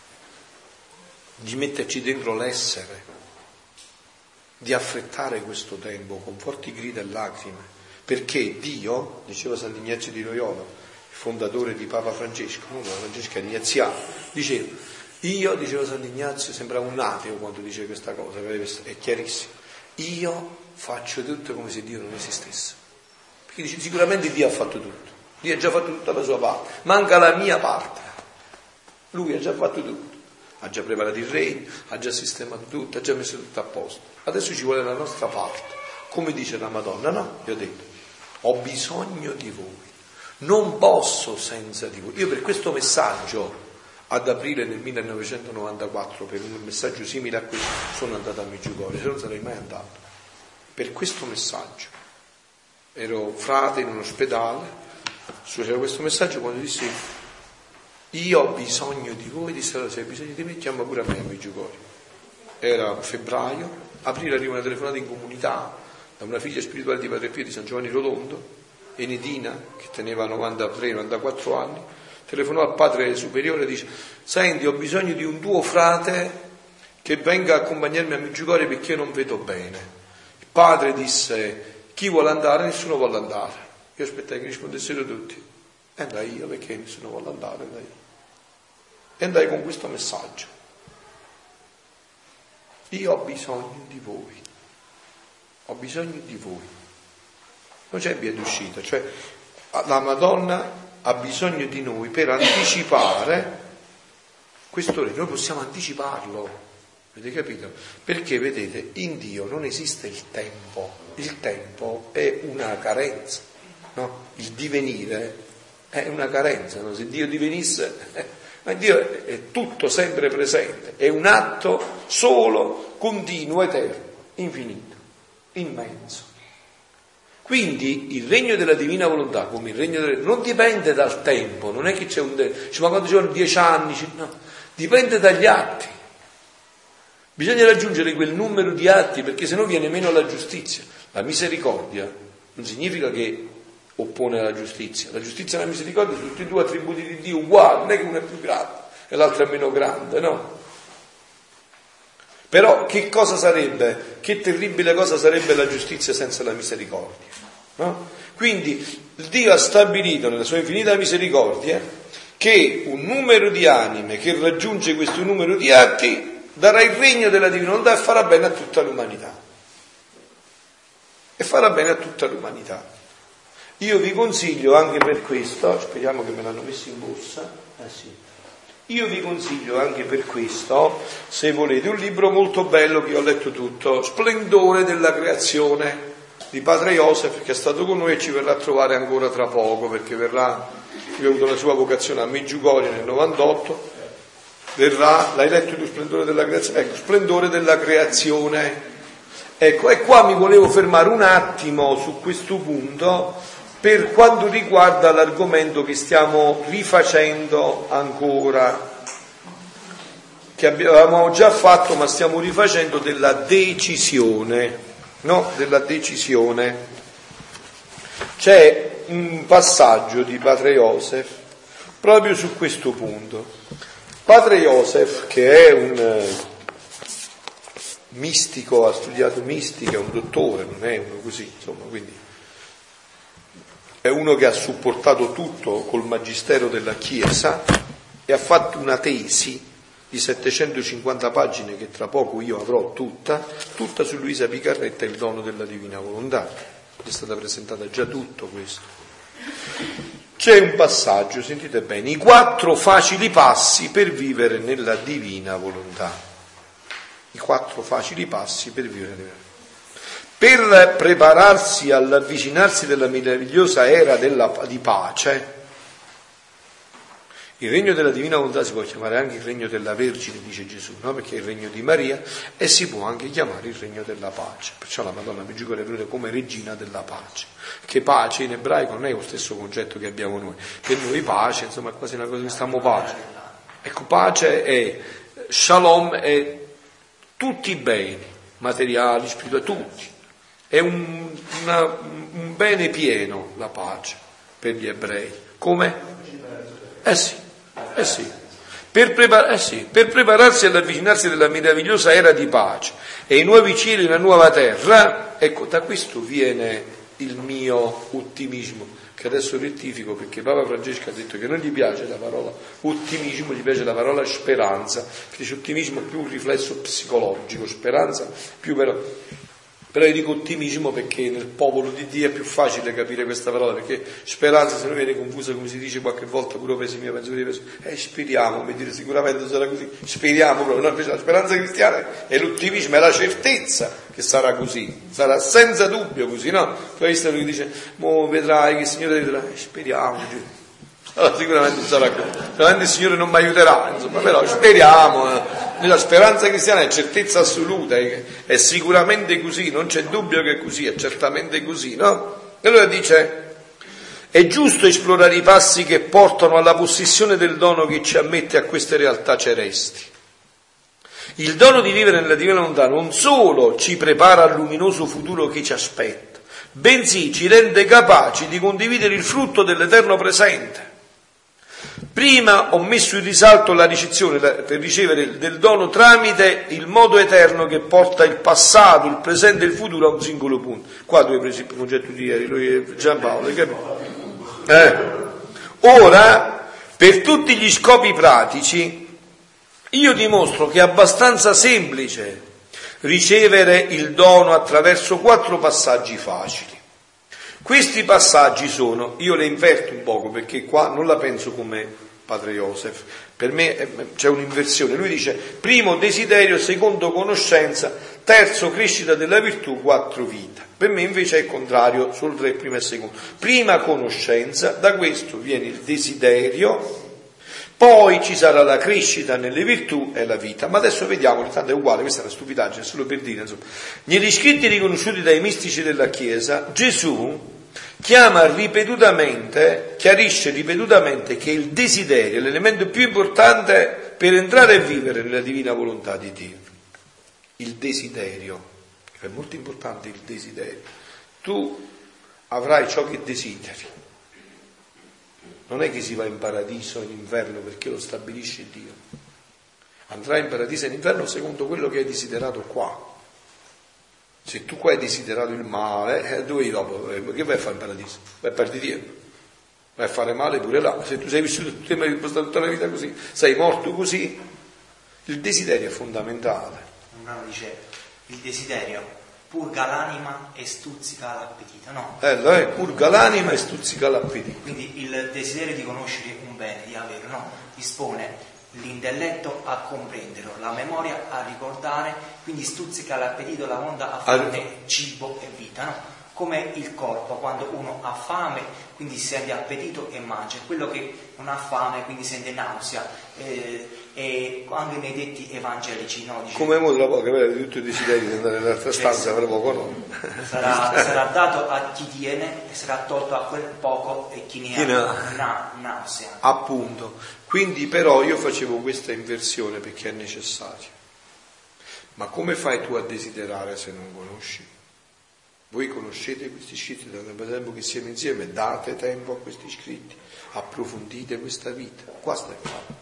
di metterci dentro l'essere, di affrettare questo tempo con forti grida e lacrime, perché Dio, diceva Sant'Ignazio di Loyola, il fondatore di Papa Francesco, no? Papa Francesco è iniziale, diceva, io, diceva Sant'Ignazio, sembrava un ateo quando dice questa cosa, è chiarissimo, io faccio tutto come se Dio non esistesse, perché dice sicuramente Dio ha fatto tutto, Dio ha già fatto tutta la sua parte, manca la mia parte, lui ha già fatto tutto. Ha già preparato il regno, ha già sistemato tutto, ha già messo tutto a posto. Adesso ci vuole la nostra parte. Come dice la Madonna, no? Io ho detto, ho bisogno di voi, non posso senza di voi. Io per questo messaggio, ad aprile del millenovecentonovantaquattro, per un messaggio simile a questo, sono andato a Meggiugorio, se non sarei mai andato. Per questo messaggio. Ero frate in un ospedale, c'era questo messaggio quando dissi, io ho bisogno di voi, disse allora se hai bisogno di me chiama pure a me a Meggiugorio. Era febbraio, aprile arriva una telefonata in comunità da una figlia spirituale di Padre Pio di San Giovanni Rotondo, Enedina, che teneva novantatré novantaquattro anni, telefonò al padre superiore e dice, senti, ho bisogno di un tuo frate che venga a accompagnarmi a Meggiugorio perché io non vedo bene. Il padre disse, chi vuole andare? Nessuno vuole andare. Io aspettai che rispondessero tutti. E andai io, perché nessuno vuole andare, andai io. E andai con questo messaggio. Io ho bisogno di voi. Ho bisogno di voi. Non c'è via d'uscita, cioè la Madonna ha bisogno di noi per anticipare questo regno. Noi possiamo anticiparlo, avete capito? Perché vedete, in Dio non esiste il tempo. Il tempo è una carenza, no? Il divenire è una carenza, no? Se Dio divenisse, eh, ma Dio è tutto sempre presente, è un atto solo, continuo, eterno, infinito, immenso. Quindi il regno della divina volontà, come il regno del, non dipende dal tempo, non è che c'è un dice, ma quando ci sono dieci anni, no, dipende dagli atti. Bisogna raggiungere quel numero di atti, perché sennò viene meno la giustizia. La misericordia non significa che oppone alla giustizia. La giustizia e la misericordia sono tutti e due attributi di Dio uguali, non è che uno è più grande e l'altro è meno grande, no? Però che cosa sarebbe? Che terribile cosa sarebbe la giustizia senza la misericordia, no? Quindi Dio ha stabilito nella sua infinita misericordia che un numero di anime che raggiunge questo numero di atti darà il regno della divina volontà e farà bene a tutta l'umanità. E farà bene a tutta l'umanità. Io vi consiglio anche per questo, speriamo che me l'hanno messo in borsa, eh sì. Io vi consiglio anche per questo, se volete, un libro molto bello che ho letto tutto, Splendore della creazione, di Padre Joseph, che è stato con noi e ci verrà a trovare ancora tra poco, perché verrà, lui ha avuto la sua vocazione a Meggiugorio nel novantotto, verrà, l'hai letto tu, Splendore della creazione? Ecco, Splendore della creazione. Ecco, e qua mi volevo fermare un attimo su questo punto, per quanto riguarda l'argomento che stiamo rifacendo ancora, che abbiamo già fatto ma stiamo rifacendo, della decisione, no? Della decisione. C'è un passaggio di Padre Joseph proprio su questo punto. Padre Joseph, che è un mistico, ha studiato mistica, è un dottore, non è uno così, insomma, quindi è uno che ha supportato tutto col magistero della Chiesa e ha fatto una tesi di settecentocinquanta pagine che tra poco io avrò tutta, tutta su Luisa Picarretta e il dono della divina volontà. È stata presentata già tutto questo. C'è un passaggio, sentite bene, i quattro facili passi per vivere nella divina volontà. I quattro facili passi per vivere nella divina volontà. Per prepararsi all'avvicinarsi della meravigliosa era della, di pace, Il regno della divina volontà si può chiamare anche il regno della Vergine, dice Gesù, no? Perché è il regno di Maria, e si può anche chiamare il regno della pace. Perciò la Madonna Medjugorje è venuta come regina della pace. Che pace in ebraico non è lo stesso concetto che abbiamo noi. Per noi pace, insomma, è quasi una cosa che stiamo pace. Ecco, pace è shalom, è tutti i beni materiali, spirituali, tutti. È un, una, un bene pieno la pace per gli ebrei. Come? Eh sì. Eh sì. Per, prepar- eh sì, per prepararsi all'avvicinarsi della meravigliosa era di pace e i nuovi cieli e la nuova terra, ecco, da questo viene il mio ottimismo, che adesso rettifico perché Papa Francesco ha detto che non gli piace la parola ottimismo, gli piace la parola speranza, perché ottimismo è più un riflesso psicologico, speranza più però... Però io dico ottimismo perché nel popolo di Dio è più facile capire questa parola, perché speranza se non viene confusa, come si dice qualche volta, pure pensi mio, penso che eh, speriamo, mi dire sicuramente sarà così, speriamo proprio, no, invece la speranza cristiana è l'ottimismo, è la certezza che sarà così, sarà senza dubbio così, no? Tu hai visto lui che dice, mo vedrai che il Signore vedrà, eh, speriamo, allora, sicuramente sarà così, sicuramente il Signore non mi aiuterà, insomma, però speriamo, eh. La speranza cristiana è certezza assoluta, è, è sicuramente così, non c'è dubbio che è così, è certamente così, no? E allora dice, è giusto esplorare i passi che portano alla possessione del dono che ci ammette a queste realtà celesti. Il dono di vivere nella divina volontà non solo ci prepara al luminoso futuro che ci aspetta, bensì ci rende capaci di condividere il frutto dell'eterno presente. Prima ho messo in risalto la ricezione per ricevere del dono tramite il modo eterno che porta il passato, il presente e il futuro a un singolo punto. Qua dove hai preso il concetto di ieri, lui è Giampaolo, hai capito? Eh. Ora, per tutti gli scopi pratici, io dimostro che è abbastanza semplice ricevere il dono attraverso quattro passaggi facili. Questi passaggi sono, io le inverto un poco perché qua non la penso come padre Joseph, per me c'è un'inversione, lui dice primo desiderio, secondo conoscenza, terzo crescita della virtù, quattro vita. Per me invece è il contrario, solo tre prima e secondo. Prima conoscenza, da questo viene il desiderio, poi ci sarà la crescita nelle virtù e la vita. Ma adesso vediamo, tanto è uguale, questa è una stupidaggine, solo per dire, insomma. Negli scritti riconosciuti dai mistici della Chiesa, Gesù chiama ripetutamente, chiarisce ripetutamente che il desiderio è l'elemento più importante per entrare e vivere nella divina volontà di Dio. Il desiderio, è molto importante il desiderio. Tu avrai ciò che desideri. Non è che si va in paradiso o in inferno perché lo stabilisce Dio. Andrai in paradiso e in inferno secondo quello che hai desiderato qua. Se tu qua hai desiderato il male, eh, dove vai dopo? Che vai a fare in paradiso? Vai a perdere tempo. Vai a fare male pure là. Se tu sei vissuto tutta la vita così, sei morto così, il desiderio è fondamentale. Un brano dice, il desiderio purga l'anima e stuzzica l'appetito, no? Eh, eh, purga l'anima e stuzzica l'appetito. Quindi il desiderio di conoscere un bene, di averlo, no? Dispone l'intelletto a comprenderlo, la memoria a ricordare, quindi stuzzica l'appetito, la volontà a fare cibo e vita, no? Come il corpo, quando uno ha fame, quindi sente appetito e mangia, quello che non ha fame, quindi sente nausea, eh, e anche nei detti evangelici, no? Dice, come mo tra poco avere tutto il desiderio di andare nell'altra stanza, per poco no? Sarà, sarà dato a chi tiene e sarà tolto a quel poco e chi ne chi ha na, nausea. Appunto, quindi però io facevo questa inversione perché è necessario. Ma come fai tu a desiderare se non conosci? Voi conoscete questi scritti da tanto tempo che siamo insieme, date tempo a questi scritti, approfondite questa vita, qua stai qua.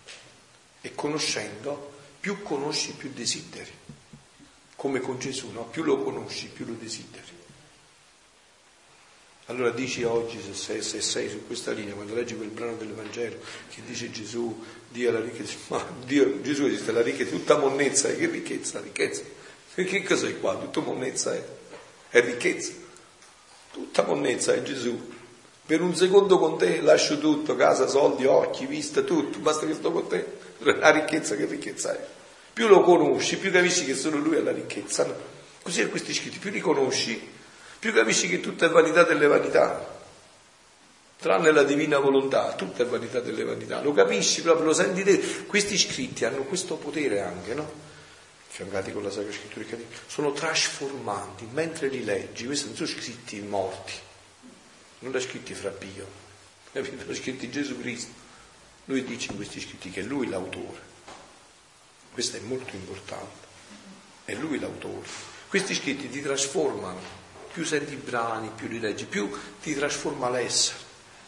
E conoscendo, più conosci più desideri, come con Gesù, no? Più lo conosci più lo desideri. Allora dici oggi, se sei, se sei su questa linea, quando leggi quel brano del Vangelo che dice Gesù, Dio è la ricchezza, ma Dio, Gesù esiste la ricchezza, tutta monnezza, che ricchezza, ricchezza, che cos'è qua? Tutta monnezza è, è ricchezza, tutta monnezza è Gesù. Per un secondo con te lascio tutto, casa, soldi, occhi, vista, tutto, basta che sto con te. La ricchezza, che ricchezza è? Più lo conosci, più capisci che solo lui ha la ricchezza, no? Così è questi scritti, più li conosci, più capisci che tutto è vanità delle vanità. tranne la divina volontà, tutta è vanità delle vanità, lo capisci proprio, lo senti te. Questi scritti hanno questo potere anche, no? Fiancati con la Sacra Scrittura, sono trasformanti, mentre li leggi, questi non sono scritti morti, non li ha scritti fra Pio, capito? Li ha scritti Gesù Cristo. Lui dice in questi scritti che è lui l'autore, questo è molto importante, è lui l'autore. Questi scritti ti trasformano, più senti i brani, più li leggi, più ti trasforma l'essere.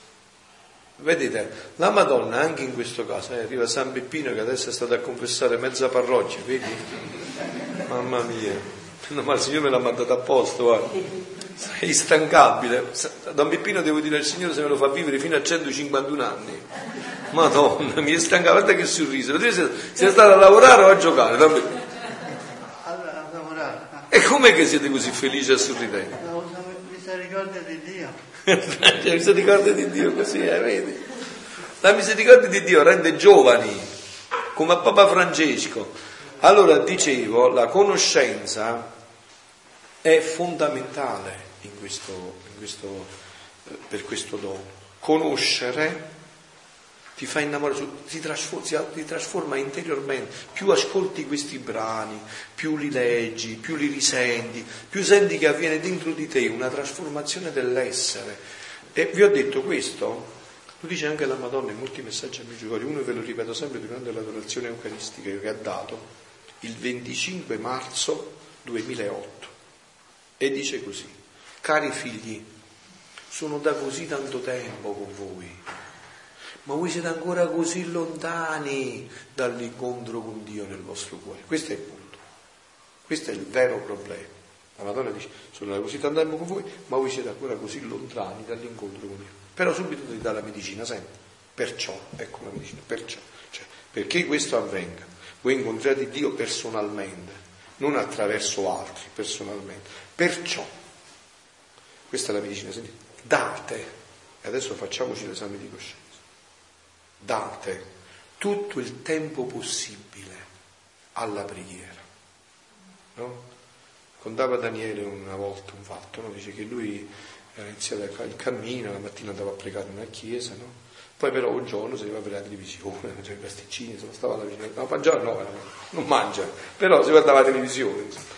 Vedete, la Madonna anche in questo caso, eh, arriva San Peppino che adesso è stato a confessare mezza parrocchia, vedi? Mamma mia, no, ma il Signore me l'ha mandato apposta, guarda. Sei instancabile. Don Peppino, devo dire al Signore, se me lo fa vivere fino a centocinquantuno anni. Madonna, mi è stancato, guarda che sorriso. Vedete se sei stato a lavorare o a giocare? Don Peppino. Allora, a lavorare. E com'è che siete così felici e sorridenti? La misericordia di Dio. La misericordia di Dio così, eh, vedi? La misericordia di Dio rende giovani, come a Papa Francesco. Allora, dicevo, la conoscenza è fondamentale in questo, in questo, eh, per questo dono. Conoscere ti fa innamorare, ti trasforma, ti trasforma interiormente. Più ascolti questi brani, più li leggi, più li risenti, più senti che avviene dentro di te una trasformazione dell'essere. E vi ho detto questo, lo dice anche la Madonna in molti messaggi a Medjugorje, uno ve lo ripeto sempre durante l'adorazione eucaristica che ha dato il venticinque marzo duemilaotto, e dice così: cari figli, sono da così tanto tempo con voi, ma voi siete ancora così lontani dall'incontro con Dio nel vostro cuore. Questo è il punto, questo è il vero problema. La Madonna dice: sono da così tanto tempo con voi, ma voi siete ancora così lontani dall'incontro con Dio. Però subito ti dà la medicina, sempre. Perciò, ecco la medicina, perciò. Cioè, perché questo avvenga, voi incontrate Dio personalmente, non attraverso altri, personalmente. Perciò, questa è la medicina, sentite, date, e adesso facciamoci l'esame di coscienza, date tutto il tempo possibile alla preghiera, no? Contava Daniele una volta un fatto, no? Dice che lui era iniziato il cammino, la mattina andava a pregare in una chiesa, no? Poi però un giorno si va a vedere la televisione, mangiava i pasticcini, se stava alla vicina, no, mangiare no, non mangia, però si guardava la televisione, insomma.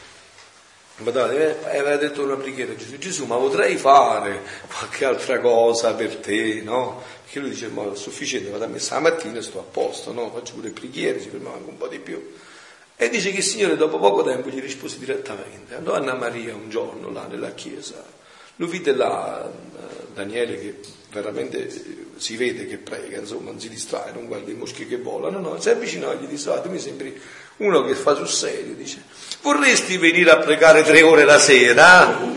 E aveva detto una preghiera a Gesù: Gesù, ma potrei fare qualche altra cosa per te, no? Perché lui dice: ma è sufficiente, vado a messa la mattina e sto a posto, no? Faccio pure preghiere, si fermava anche un po' di più. E dice che il Signore dopo poco tempo gli rispose direttamente. Andò Anna Maria un giorno là nella chiesa, lo vide là Daniele che veramente si vede che prega, insomma, non si distrae, non guarda i moschi che volano, no, si avvicinò e gli disse: ah, tu mi sembri uno che fa sul serio, dice: vorresti venire a pregare tre ore la sera?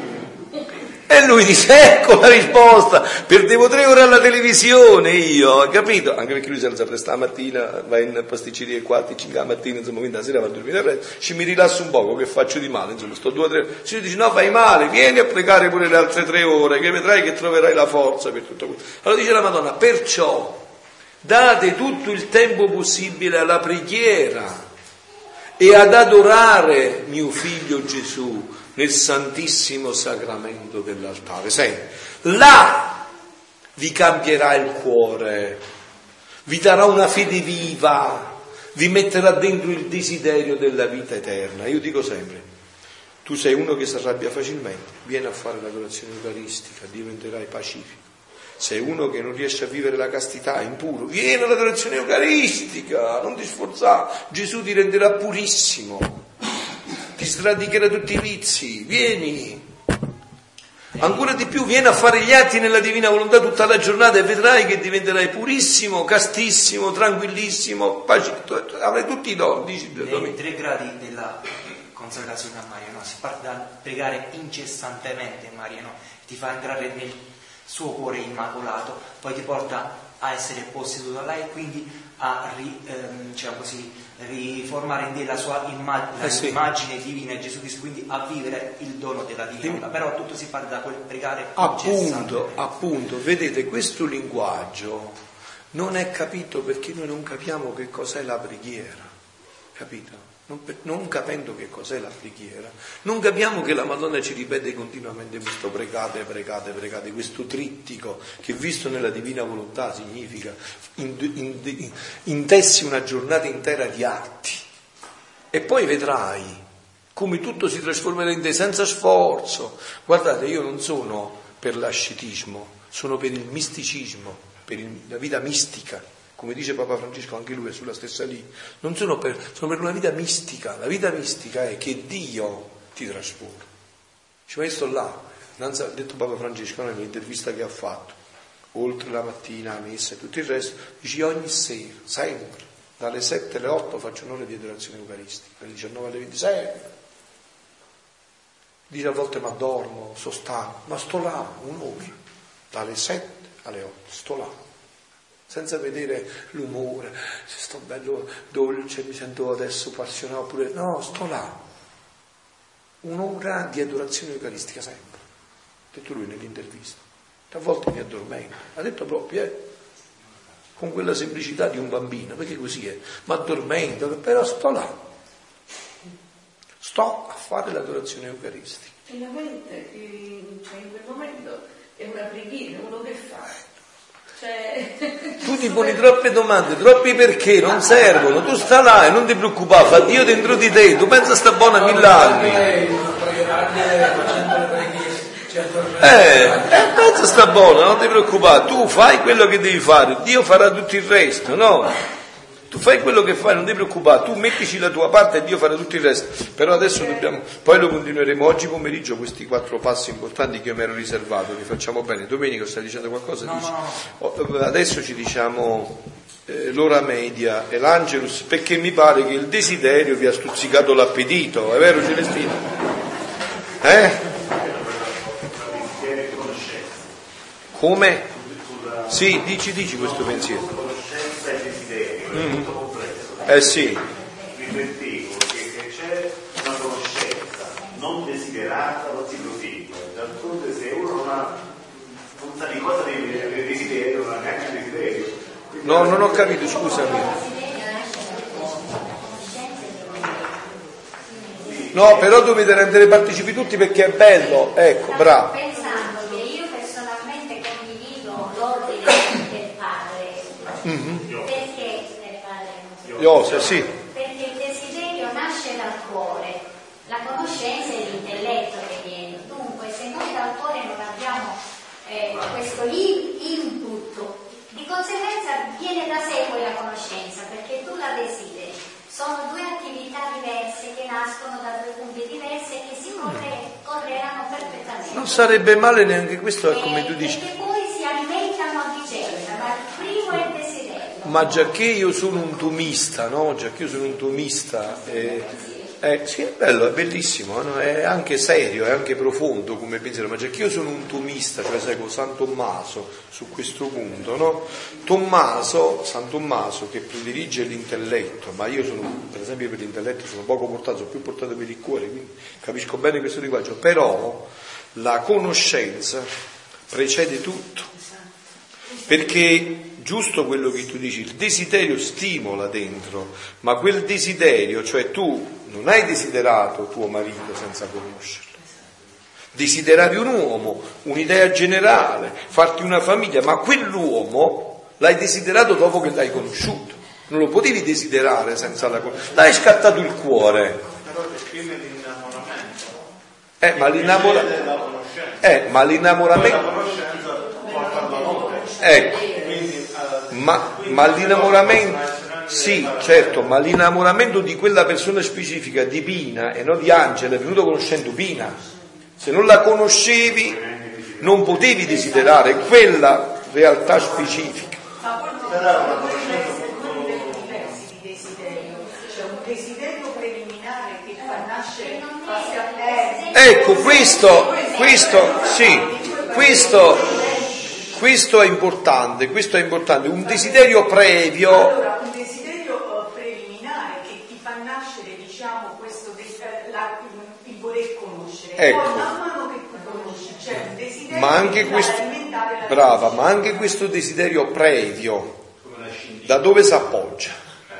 E lui dice: ecco la risposta, perdevo tre ore alla televisione io, capito? Anche perché lui si alza presto la mattina, va in pasticceria quattro cinque la mattina, insomma, quindi la sera va a dormire presto, ci mi rilasso un poco, che faccio di male, insomma, sto due o tre ore. Si dice: no, fai male, vieni a pregare pure le altre tre ore, che vedrai che troverai la forza per tutto questo. Allora dice la Madonna: perciò date tutto il tempo possibile alla preghiera e ad adorare mio figlio Gesù nel santissimo sacramento dell'altare. Senti, là vi cambierà il cuore, vi darà una fede viva, vi metterà dentro il desiderio della vita eterna. Io dico sempre: tu sei uno che si arrabbia facilmente, vieni a fare l'adorazione eucaristica, diventerai pacifico. Sei uno che non riesce a vivere la castità, impuro, vieni all'adorazione eucaristica, non ti sforzare, Gesù ti renderà purissimo, ti sradicherà tutti i vizi, vieni. Ancora di più, vieni a fare gli atti nella divina volontà tutta la giornata e vedrai che diventerai purissimo, castissimo, tranquillissimo, pacifico, avrai tutti i doni. Dici, nei tre gradi della consacrazione a Maria, no? Si parte da pregare incessantemente Maria, no? Ti fa entrare nel suo cuore immacolato, poi ti porta a essere posseduto da lei e quindi a ri, ehm, diciamo così, riformare in te la sua immagine, eh sì. immagine divina Gesù Cristo, quindi a vivere il dono della divinità. Però tutto si parte da quel pregare appunto, appunto, vedete, questo linguaggio non è capito perché noi non capiamo che cos'è la preghiera. capito? Non, non capendo che cos'è la preghiera, non capiamo che la Madonna ci ripete continuamente questo pregate, pregate, pregate, questo trittico che visto nella divina volontà significa in, in, intessi una giornata intera di atti e poi vedrai come tutto si trasformerà in te senza sforzo. Guardate, io non sono per l'ascetismo, sono per il misticismo, per il, la vita mistica. Come dice Papa Francesco, anche lui è sulla stessa linea. Non sono per, sono per una vita mistica. La vita mistica è che Dio ti trasforma. Dice, ma io sto là, innanzi ha detto Papa Francesco nell'intervista che ha fatto, oltre la mattina, la messa e tutto il resto, dice ogni sera, sempre, dalle sette alle otto faccio un'ora di adorazione eucaristica, dalle diciannove alle venti, sempre. Dice a volte ma dormo, sto stanco, ma sto là un'ora, dalle sette alle otto, sto là. Senza vedere l'umore, se sto bello dolce, mi sento adesso appassionato, oppure no, sto là. Un'ora di adorazione eucaristica sempre. Ha detto lui nell'intervista. A volte mi addormento. Ha detto proprio, eh, con quella semplicità di un bambino, perché così è. Ma addormento, però sto là. Sto a fare l'adorazione eucaristica. E la mente, cioè in quel momento, è una preghiera, uno che fa. Cioè, tu ti poni troppe domande, troppi perché non servono, tu sta là e non ti preoccupare, fa Dio dentro di te, tu pensa sta buona mille anni. Eh, eh, pensa sta buona, non ti preoccupare, tu fai quello che devi fare, Dio farà tutto il resto, no? Tu fai quello che fai, non ti preoccupare, tu mettici la tua parte e Dio farà tutto il resto. Però adesso dobbiamo, poi lo continueremo oggi pomeriggio, questi quattro passi importanti che io mi ero riservato, li facciamo bene. Domenico, stai dicendo qualcosa? No, Dici? no, no. Adesso ci diciamo eh, l'ora media e l'Angelus, perché mi pare che il desiderio vi ha stuzzicato l'appetito, è vero Celestino? Eh? Come? Sì, dici, dici questo pensiero. Mm. Eh sì. Riflettevo che c'è una conoscenza non desiderata, non si prosegue. D'altronde se uno non ha non sa di cosa deve desiderio, non ha neanche il desiderio. No, non ho capito, scusami. No, però dovete rendere partecipi tutti perché è bello, ecco, bravo. Pensando che io personalmente condivido l'ordine del padre, Mm-hmm. perché del padre non si Iosa, sì. perché il desiderio nasce dal cuore, la conoscenza è l'intelletto che viene. Dunque, se noi dal cuore non abbiamo eh, questo in- input, di conseguenza viene da sé quella conoscenza, perché tu la desideri. Sono due attività diverse che nascono da due punti diversi e che si corre- correlano perfettamente. Non sarebbe male neanche questo, è come Eh, tu dici. Perché poi si alimentano a vicenda, ma il primo è il desiderio. Ma già che io sono un tomista, no? Già che io sono un tomista, eh, eh, sì, è bello, è bellissimo, no? È anche serio, è anche profondo come pensiero, ma già che io sono un tomista, cioè seguo San Tommaso su questo punto, no? Tommaso, San Tommaso che predilige l'intelletto, ma io sono, per esempio per l'intelletto sono poco portato, sono più portato per il cuore, quindi capisco bene questo linguaggio, però la conoscenza precede tutto, perché giusto quello che tu dici, il desiderio stimola dentro, ma quel desiderio, cioè tu non hai desiderato tuo marito senza conoscerlo, desideravi un uomo, un'idea generale, farti una famiglia, ma quell'uomo l'hai desiderato dopo che l'hai conosciuto, non lo potevi desiderare senza la conoscenza, l'hai scattato il cuore. Però esprime l'innamoramento. Eh, ma l'innamoramento... Eh, ma l'innamoramento... La conoscenza porta all'amore. Ecco. Ma, ma l'innamoramento, sì, certo, ma l'innamoramento di quella persona specifica di Pina e non di Angela è venuto conoscendo Pina. Se non la conoscevi, non potevi desiderare quella realtà specifica. Ma poi però sono livelli diversi di desiderio. C'è un desiderio preliminare che fa nascere fase a Ecco, questo, questo, sì, questo. Questo è importante, questo è importante, un desiderio previo. Allora, un desiderio preliminare che ti fa nascere, diciamo, questo des- la, il voler conoscere. Ecco. Poi man mano che tu conosci c'è un desiderio Ma anche che questo, fa alimentare la brava, conoscenza. ma anche questo desiderio previo, da dove si appoggia?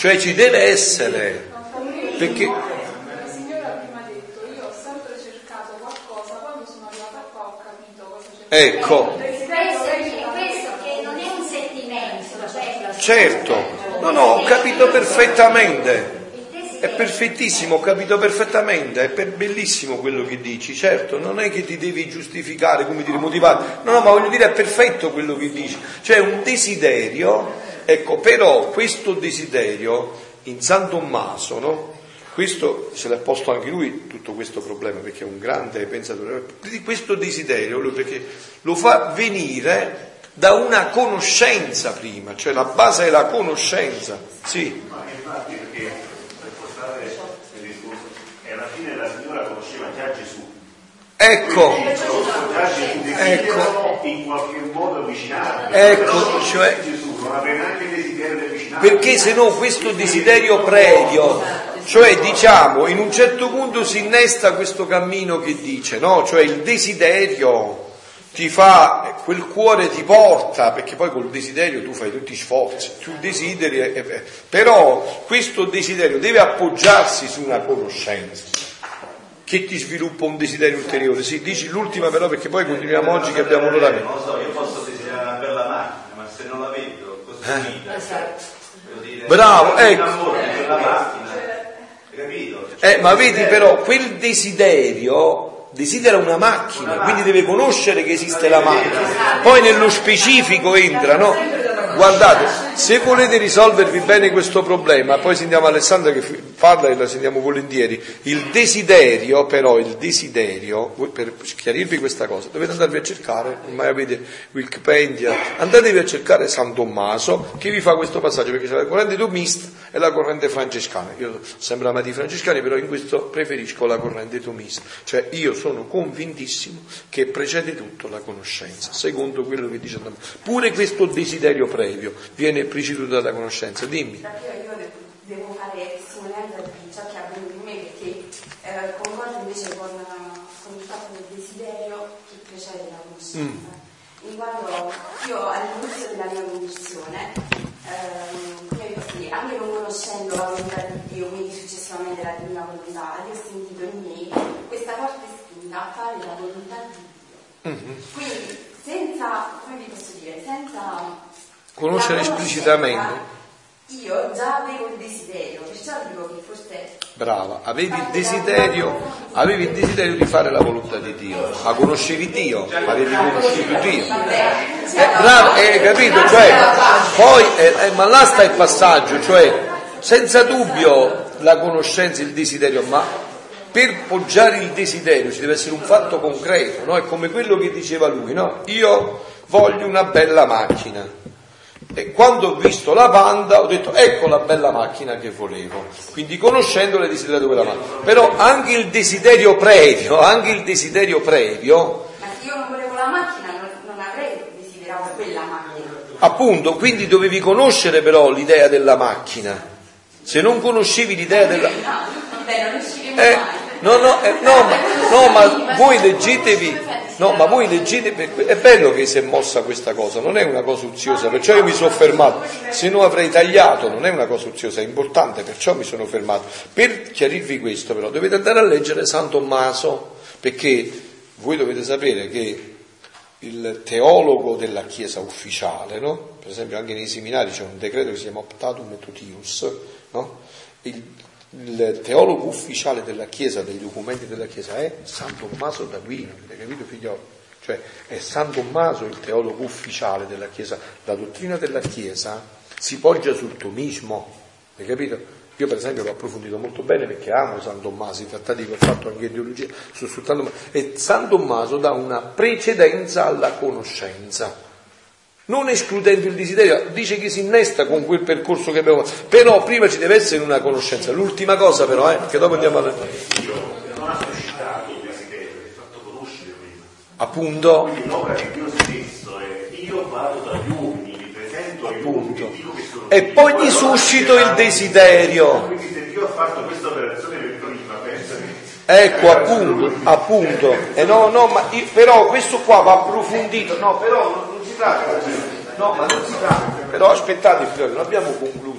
cioè ci deve essere, perché La signora prima ha detto, io ho sempre cercato qualcosa, poi mi sono arrivata qua, ho capito cosa c'è. ecco, Questo, questo che non è un sentimento, cioè certo, no no, ho capito perfettamente. È perfettissimo, ho capito perfettamente, è per bellissimo quello che dici, certo, non è che ti devi giustificare, come dire, motivare, no, no, ma voglio dire, è perfetto quello che dici, cioè un desiderio, ecco, però questo desiderio in San Tommaso, no? Questo se l'ha posto anche lui tutto questo problema, perché è un grande pensatore, questo desiderio, perché lo fa venire da una conoscenza prima, cioè la base è la conoscenza, sì. Ma infatti perché e alla fine la signora conosceva già Gesù. Ecco, Già Gesù ecco, in qualche modo avvicinarlo. ecco, cioè, Gesù non aveva neanche il desiderio di avvicinarlo. perché se no questo desiderio previo, cioè diciamo, in un certo punto si innesta questo cammino che dice, no? Cioè il desiderio ti fa, quel cuore ti porta, perché poi col desiderio tu fai tutti gli sforzi, tu desideri, eh, però questo desiderio deve appoggiarsi su una conoscenza che ti sviluppa un desiderio ulteriore. Sì, dici l'ultima però, perché poi continuiamo oggi che abbiamo l'ora. Non lo so, io posso desiderare una bella macchina, ma se non la vedo, cosa significa? Eh. Bravo, ecco. Quella macchina, hai capito? Eh, ma vedi però, quel desiderio desidera una macchina, quindi deve conoscere che esiste la macchina, poi nello specifico entra, no? Guardate, se volete risolvervi bene questo problema, poi sentiamo Alessandra che parla e la sentiamo volentieri, il desiderio però, il desiderio, per chiarirvi questa cosa, dovete andarvi a cercare, ormai avete Wikipedia, andatevi a cercare San Tommaso che vi fa questo passaggio, perché c'è la corrente tomista e la corrente francescana, io sempre amati i francescani, però in questo preferisco la corrente tomista, cioè io sono convintissimo che precede tutto la conoscenza, secondo quello che dice Tommaso. Pure questo desiderio previo viene preceduto dalla conoscenza. Dimmi. Io devo fare testimonianza di ciò che è avvenuto in me, perché eh, concordo invece con, con il fatto del desiderio che precede la conoscenza. Mm. In quanto io all'inizio della mia conversione, ehm, come posso dire, anche non conoscendo la volontà di Dio, quindi successivamente la divina volontà, io ho sentito in me questa forte spinta a fare la volontà di Dio. Mm-hmm. Quindi senza, come vi posso dire, senza conoscere esplicitamente. Io già avevo il desiderio, perciò dico che forse... Brava, avevi il desiderio, avevi il desiderio di fare la volontà di Dio, ma conoscevi Dio, avevi conosciuto Dio. Eh, bravo, hai capito? Cioè, poi, eh, eh, ma là sta il passaggio, cioè, senza dubbio la conoscenza e il desiderio, ma per poggiare il desiderio ci deve essere un fatto concreto, no? È come quello che diceva lui, no? Io voglio una bella macchina. E quando ho visto la Panda ho detto ecco la bella macchina che volevo, quindi conoscendola desiderato quella macchina, però anche il desiderio previo, anche il desiderio previo, ma se io non volevo la macchina non, non avrei desiderato quella macchina, appunto, quindi dovevi conoscere però l'idea della macchina, se non conoscevi l'idea della no, vabbè, non riusciremo eh, mai. no, no, eh, no, ma, no, ma voi leggetevi. No, ma voi leggete, è bello che si è mossa questa cosa, non è una cosa oziosa, perciò io mi sono fermato, se no avrei tagliato, non è una cosa oziosa, è importante, perciò mi sono fermato. Per chiarirvi questo però dovete andare a leggere San Tommaso, perché voi dovete sapere che il teologo della Chiesa ufficiale, no? Per esempio anche nei seminari c'è un decreto che si chiama Optatum Totius, no? Il, il teologo ufficiale della Chiesa, dei documenti della Chiesa, è San Tommaso d'Aquino, avete capito figliolo? Cioè è San Tommaso il teologo ufficiale della Chiesa. La dottrina della Chiesa si poggia sul tomismo, avete capito? Io per esempio l'ho approfondito molto bene perché amo San Tommaso, i trattati che ho fatto anche in teologia su San Tommaso, e San Tommaso dà una precedenza alla conoscenza, non escludendo il desiderio, dice che si innesta con quel percorso che abbiamo fatto, però prima ci deve essere una conoscenza. L'ultima cosa però, eh, che dopo andiamo a... Dio non ha suscitato il desiderio, è fatto conoscere prima. Appunto. Quindi l'opera di Dio stesso è io vado dagli uomini, mi presento agli uomini, dico che sono e poi gli suscito il desiderio. Quindi se Dio ha fatto questa operazione per prima, pensa che... Ecco, appunto, appunto. Eh, no, no, ma io, però questo qua va approfondito, no, però non, non si tratta, no, ma non si tratta, però aspettate figlioli, non abbiamo concluso.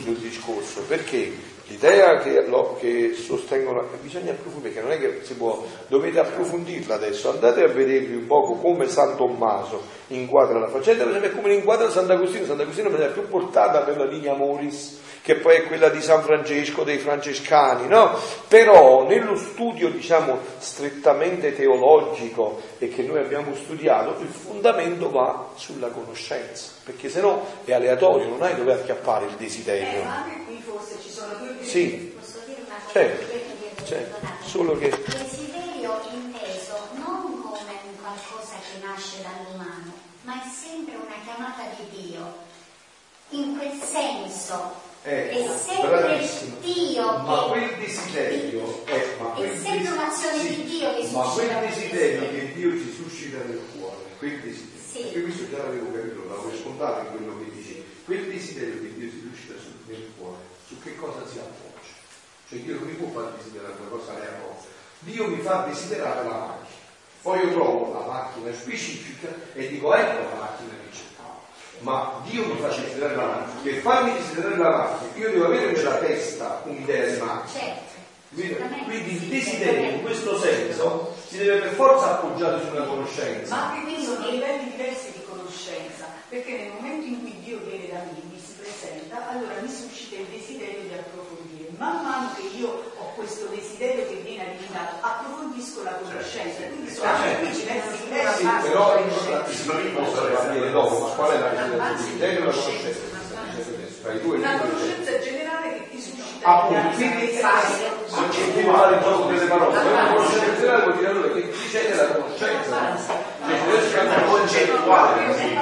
chiudo il discorso, perché l'idea che, lo, che sostengono, bisogna approfondire, perché non è che si può, dovete approfondirla adesso, andate a vedervi un poco come San Tommaso inquadra la faccenda, per esempio come inquadra Sant'Agostino. Sant'Agostino è più portata per la linea Moris, che poi è quella di San Francesco, dei francescani, no? Però nello studio, diciamo, strettamente teologico e che noi abbiamo studiato, il fondamento va sulla conoscenza, perché sennò è aleatorio, non hai dove acchiappare il desiderio. Eh, ma anche qui forse ci sono due desiderio. Sì, posso dire una cosa? certo, certo, solo che... Desiderio inteso non come un qualcosa che nasce dall'umano, ma è sempre una chiamata di Dio. In quel senso Ecco, è sempre bravissimo. Dio ma che... quel desiderio è, ma quel è sempre un'azione sì, di Dio che ma suscita quel quel desiderio desiderio. che Dio ci suscita nel cuore, quel desiderio, Sì. perché questo già l'avevo capito, l'avevo scontato in quello che dicevi, quel desiderio che Dio si suscita sul, nel cuore, su che cosa si appoggia? Cioè Dio non mi può far desiderare una cosa aleatoria, Dio mi fa desiderare la macchina, poi io trovo la macchina specifica e dico ecco la macchina che c'è. Ma Dio mi fa desiderare la macchina, per farmi desiderare la macchina io devo avere nella testa un'idea di macchina. Certo. Quindi il desiderio in questo senso si deve per forza appoggiare sulla conoscenza. Ma anche qui sono livelli diversi di conoscenza, perché nel momento in cui Dio viene da me, mi si presenta, allora mi suscita il desiderio di approfondire. Man mano che io ho questo desiderio che viene alimentato, approfondisco la conoscenza. Quindi sono anche qui livelli diversi. Sì, però il posso avere dopo, qual è la differenza? Il desiderio e la conoscenza. Una conoscenza generale che ti suscita appunto, quindi non ci devo fare il gioco delle parole, una conoscenza generale vuol dire allora che ti c'è la conoscenza, cioè adesso è un concettuale,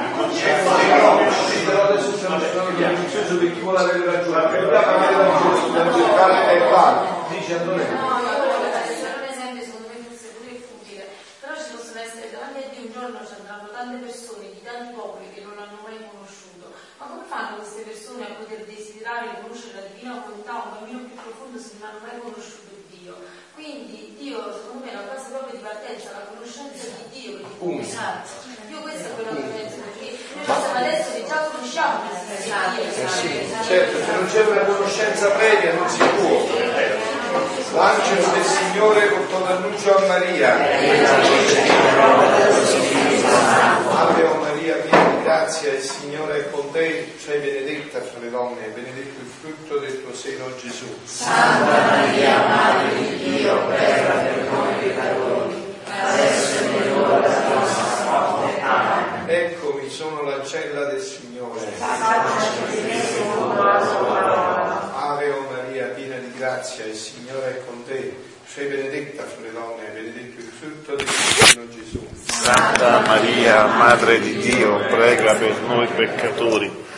però adesso stiamo cercando di ambizioso per chi vuole avere ragione, perché dobbiamo avere ragione, dobbiamo cercare e fare, dice Antonello. No, no, no, per esempio secondo me forse pure è futile, però ci possono essere davanti a Dio un giorno ci andranno tante persone di tanti popoli che non l'hanno mai conosciuto, ma come fanno queste persone a poter desiderare conoscere la divina volontà, un cammino più profondo se non hanno mai conosciuto Dio? Quindi Dio secondo me è la base proprio di partenza, la conoscenza di Dio, perché esatto. Io questo è quello che penso, perché noi possiamo adesso che già conosciamo questa Dio. Eh sì, certo, se non c'è una conoscenza previa non si può. L'angelo del Signore portò l'annuncio a Maria. Ave o Maria, piena di grazia, il Signore è con te, sei benedetta fra le donne, e benedetto il frutto del tuo seno, Gesù. Santa Maria, Madre di Dio, prega per noi peccatori, adesso è l'ora della nostra morte. Amen. Eccomi, sono l'ancella del Signore. Ave o Maria, piena di grazia, il Signore è con te, sei benedetta fra le donne, e benedetto il frutto del tuo seno, Gesù. Santa Maria, Madre di Dio, prega per noi peccatori,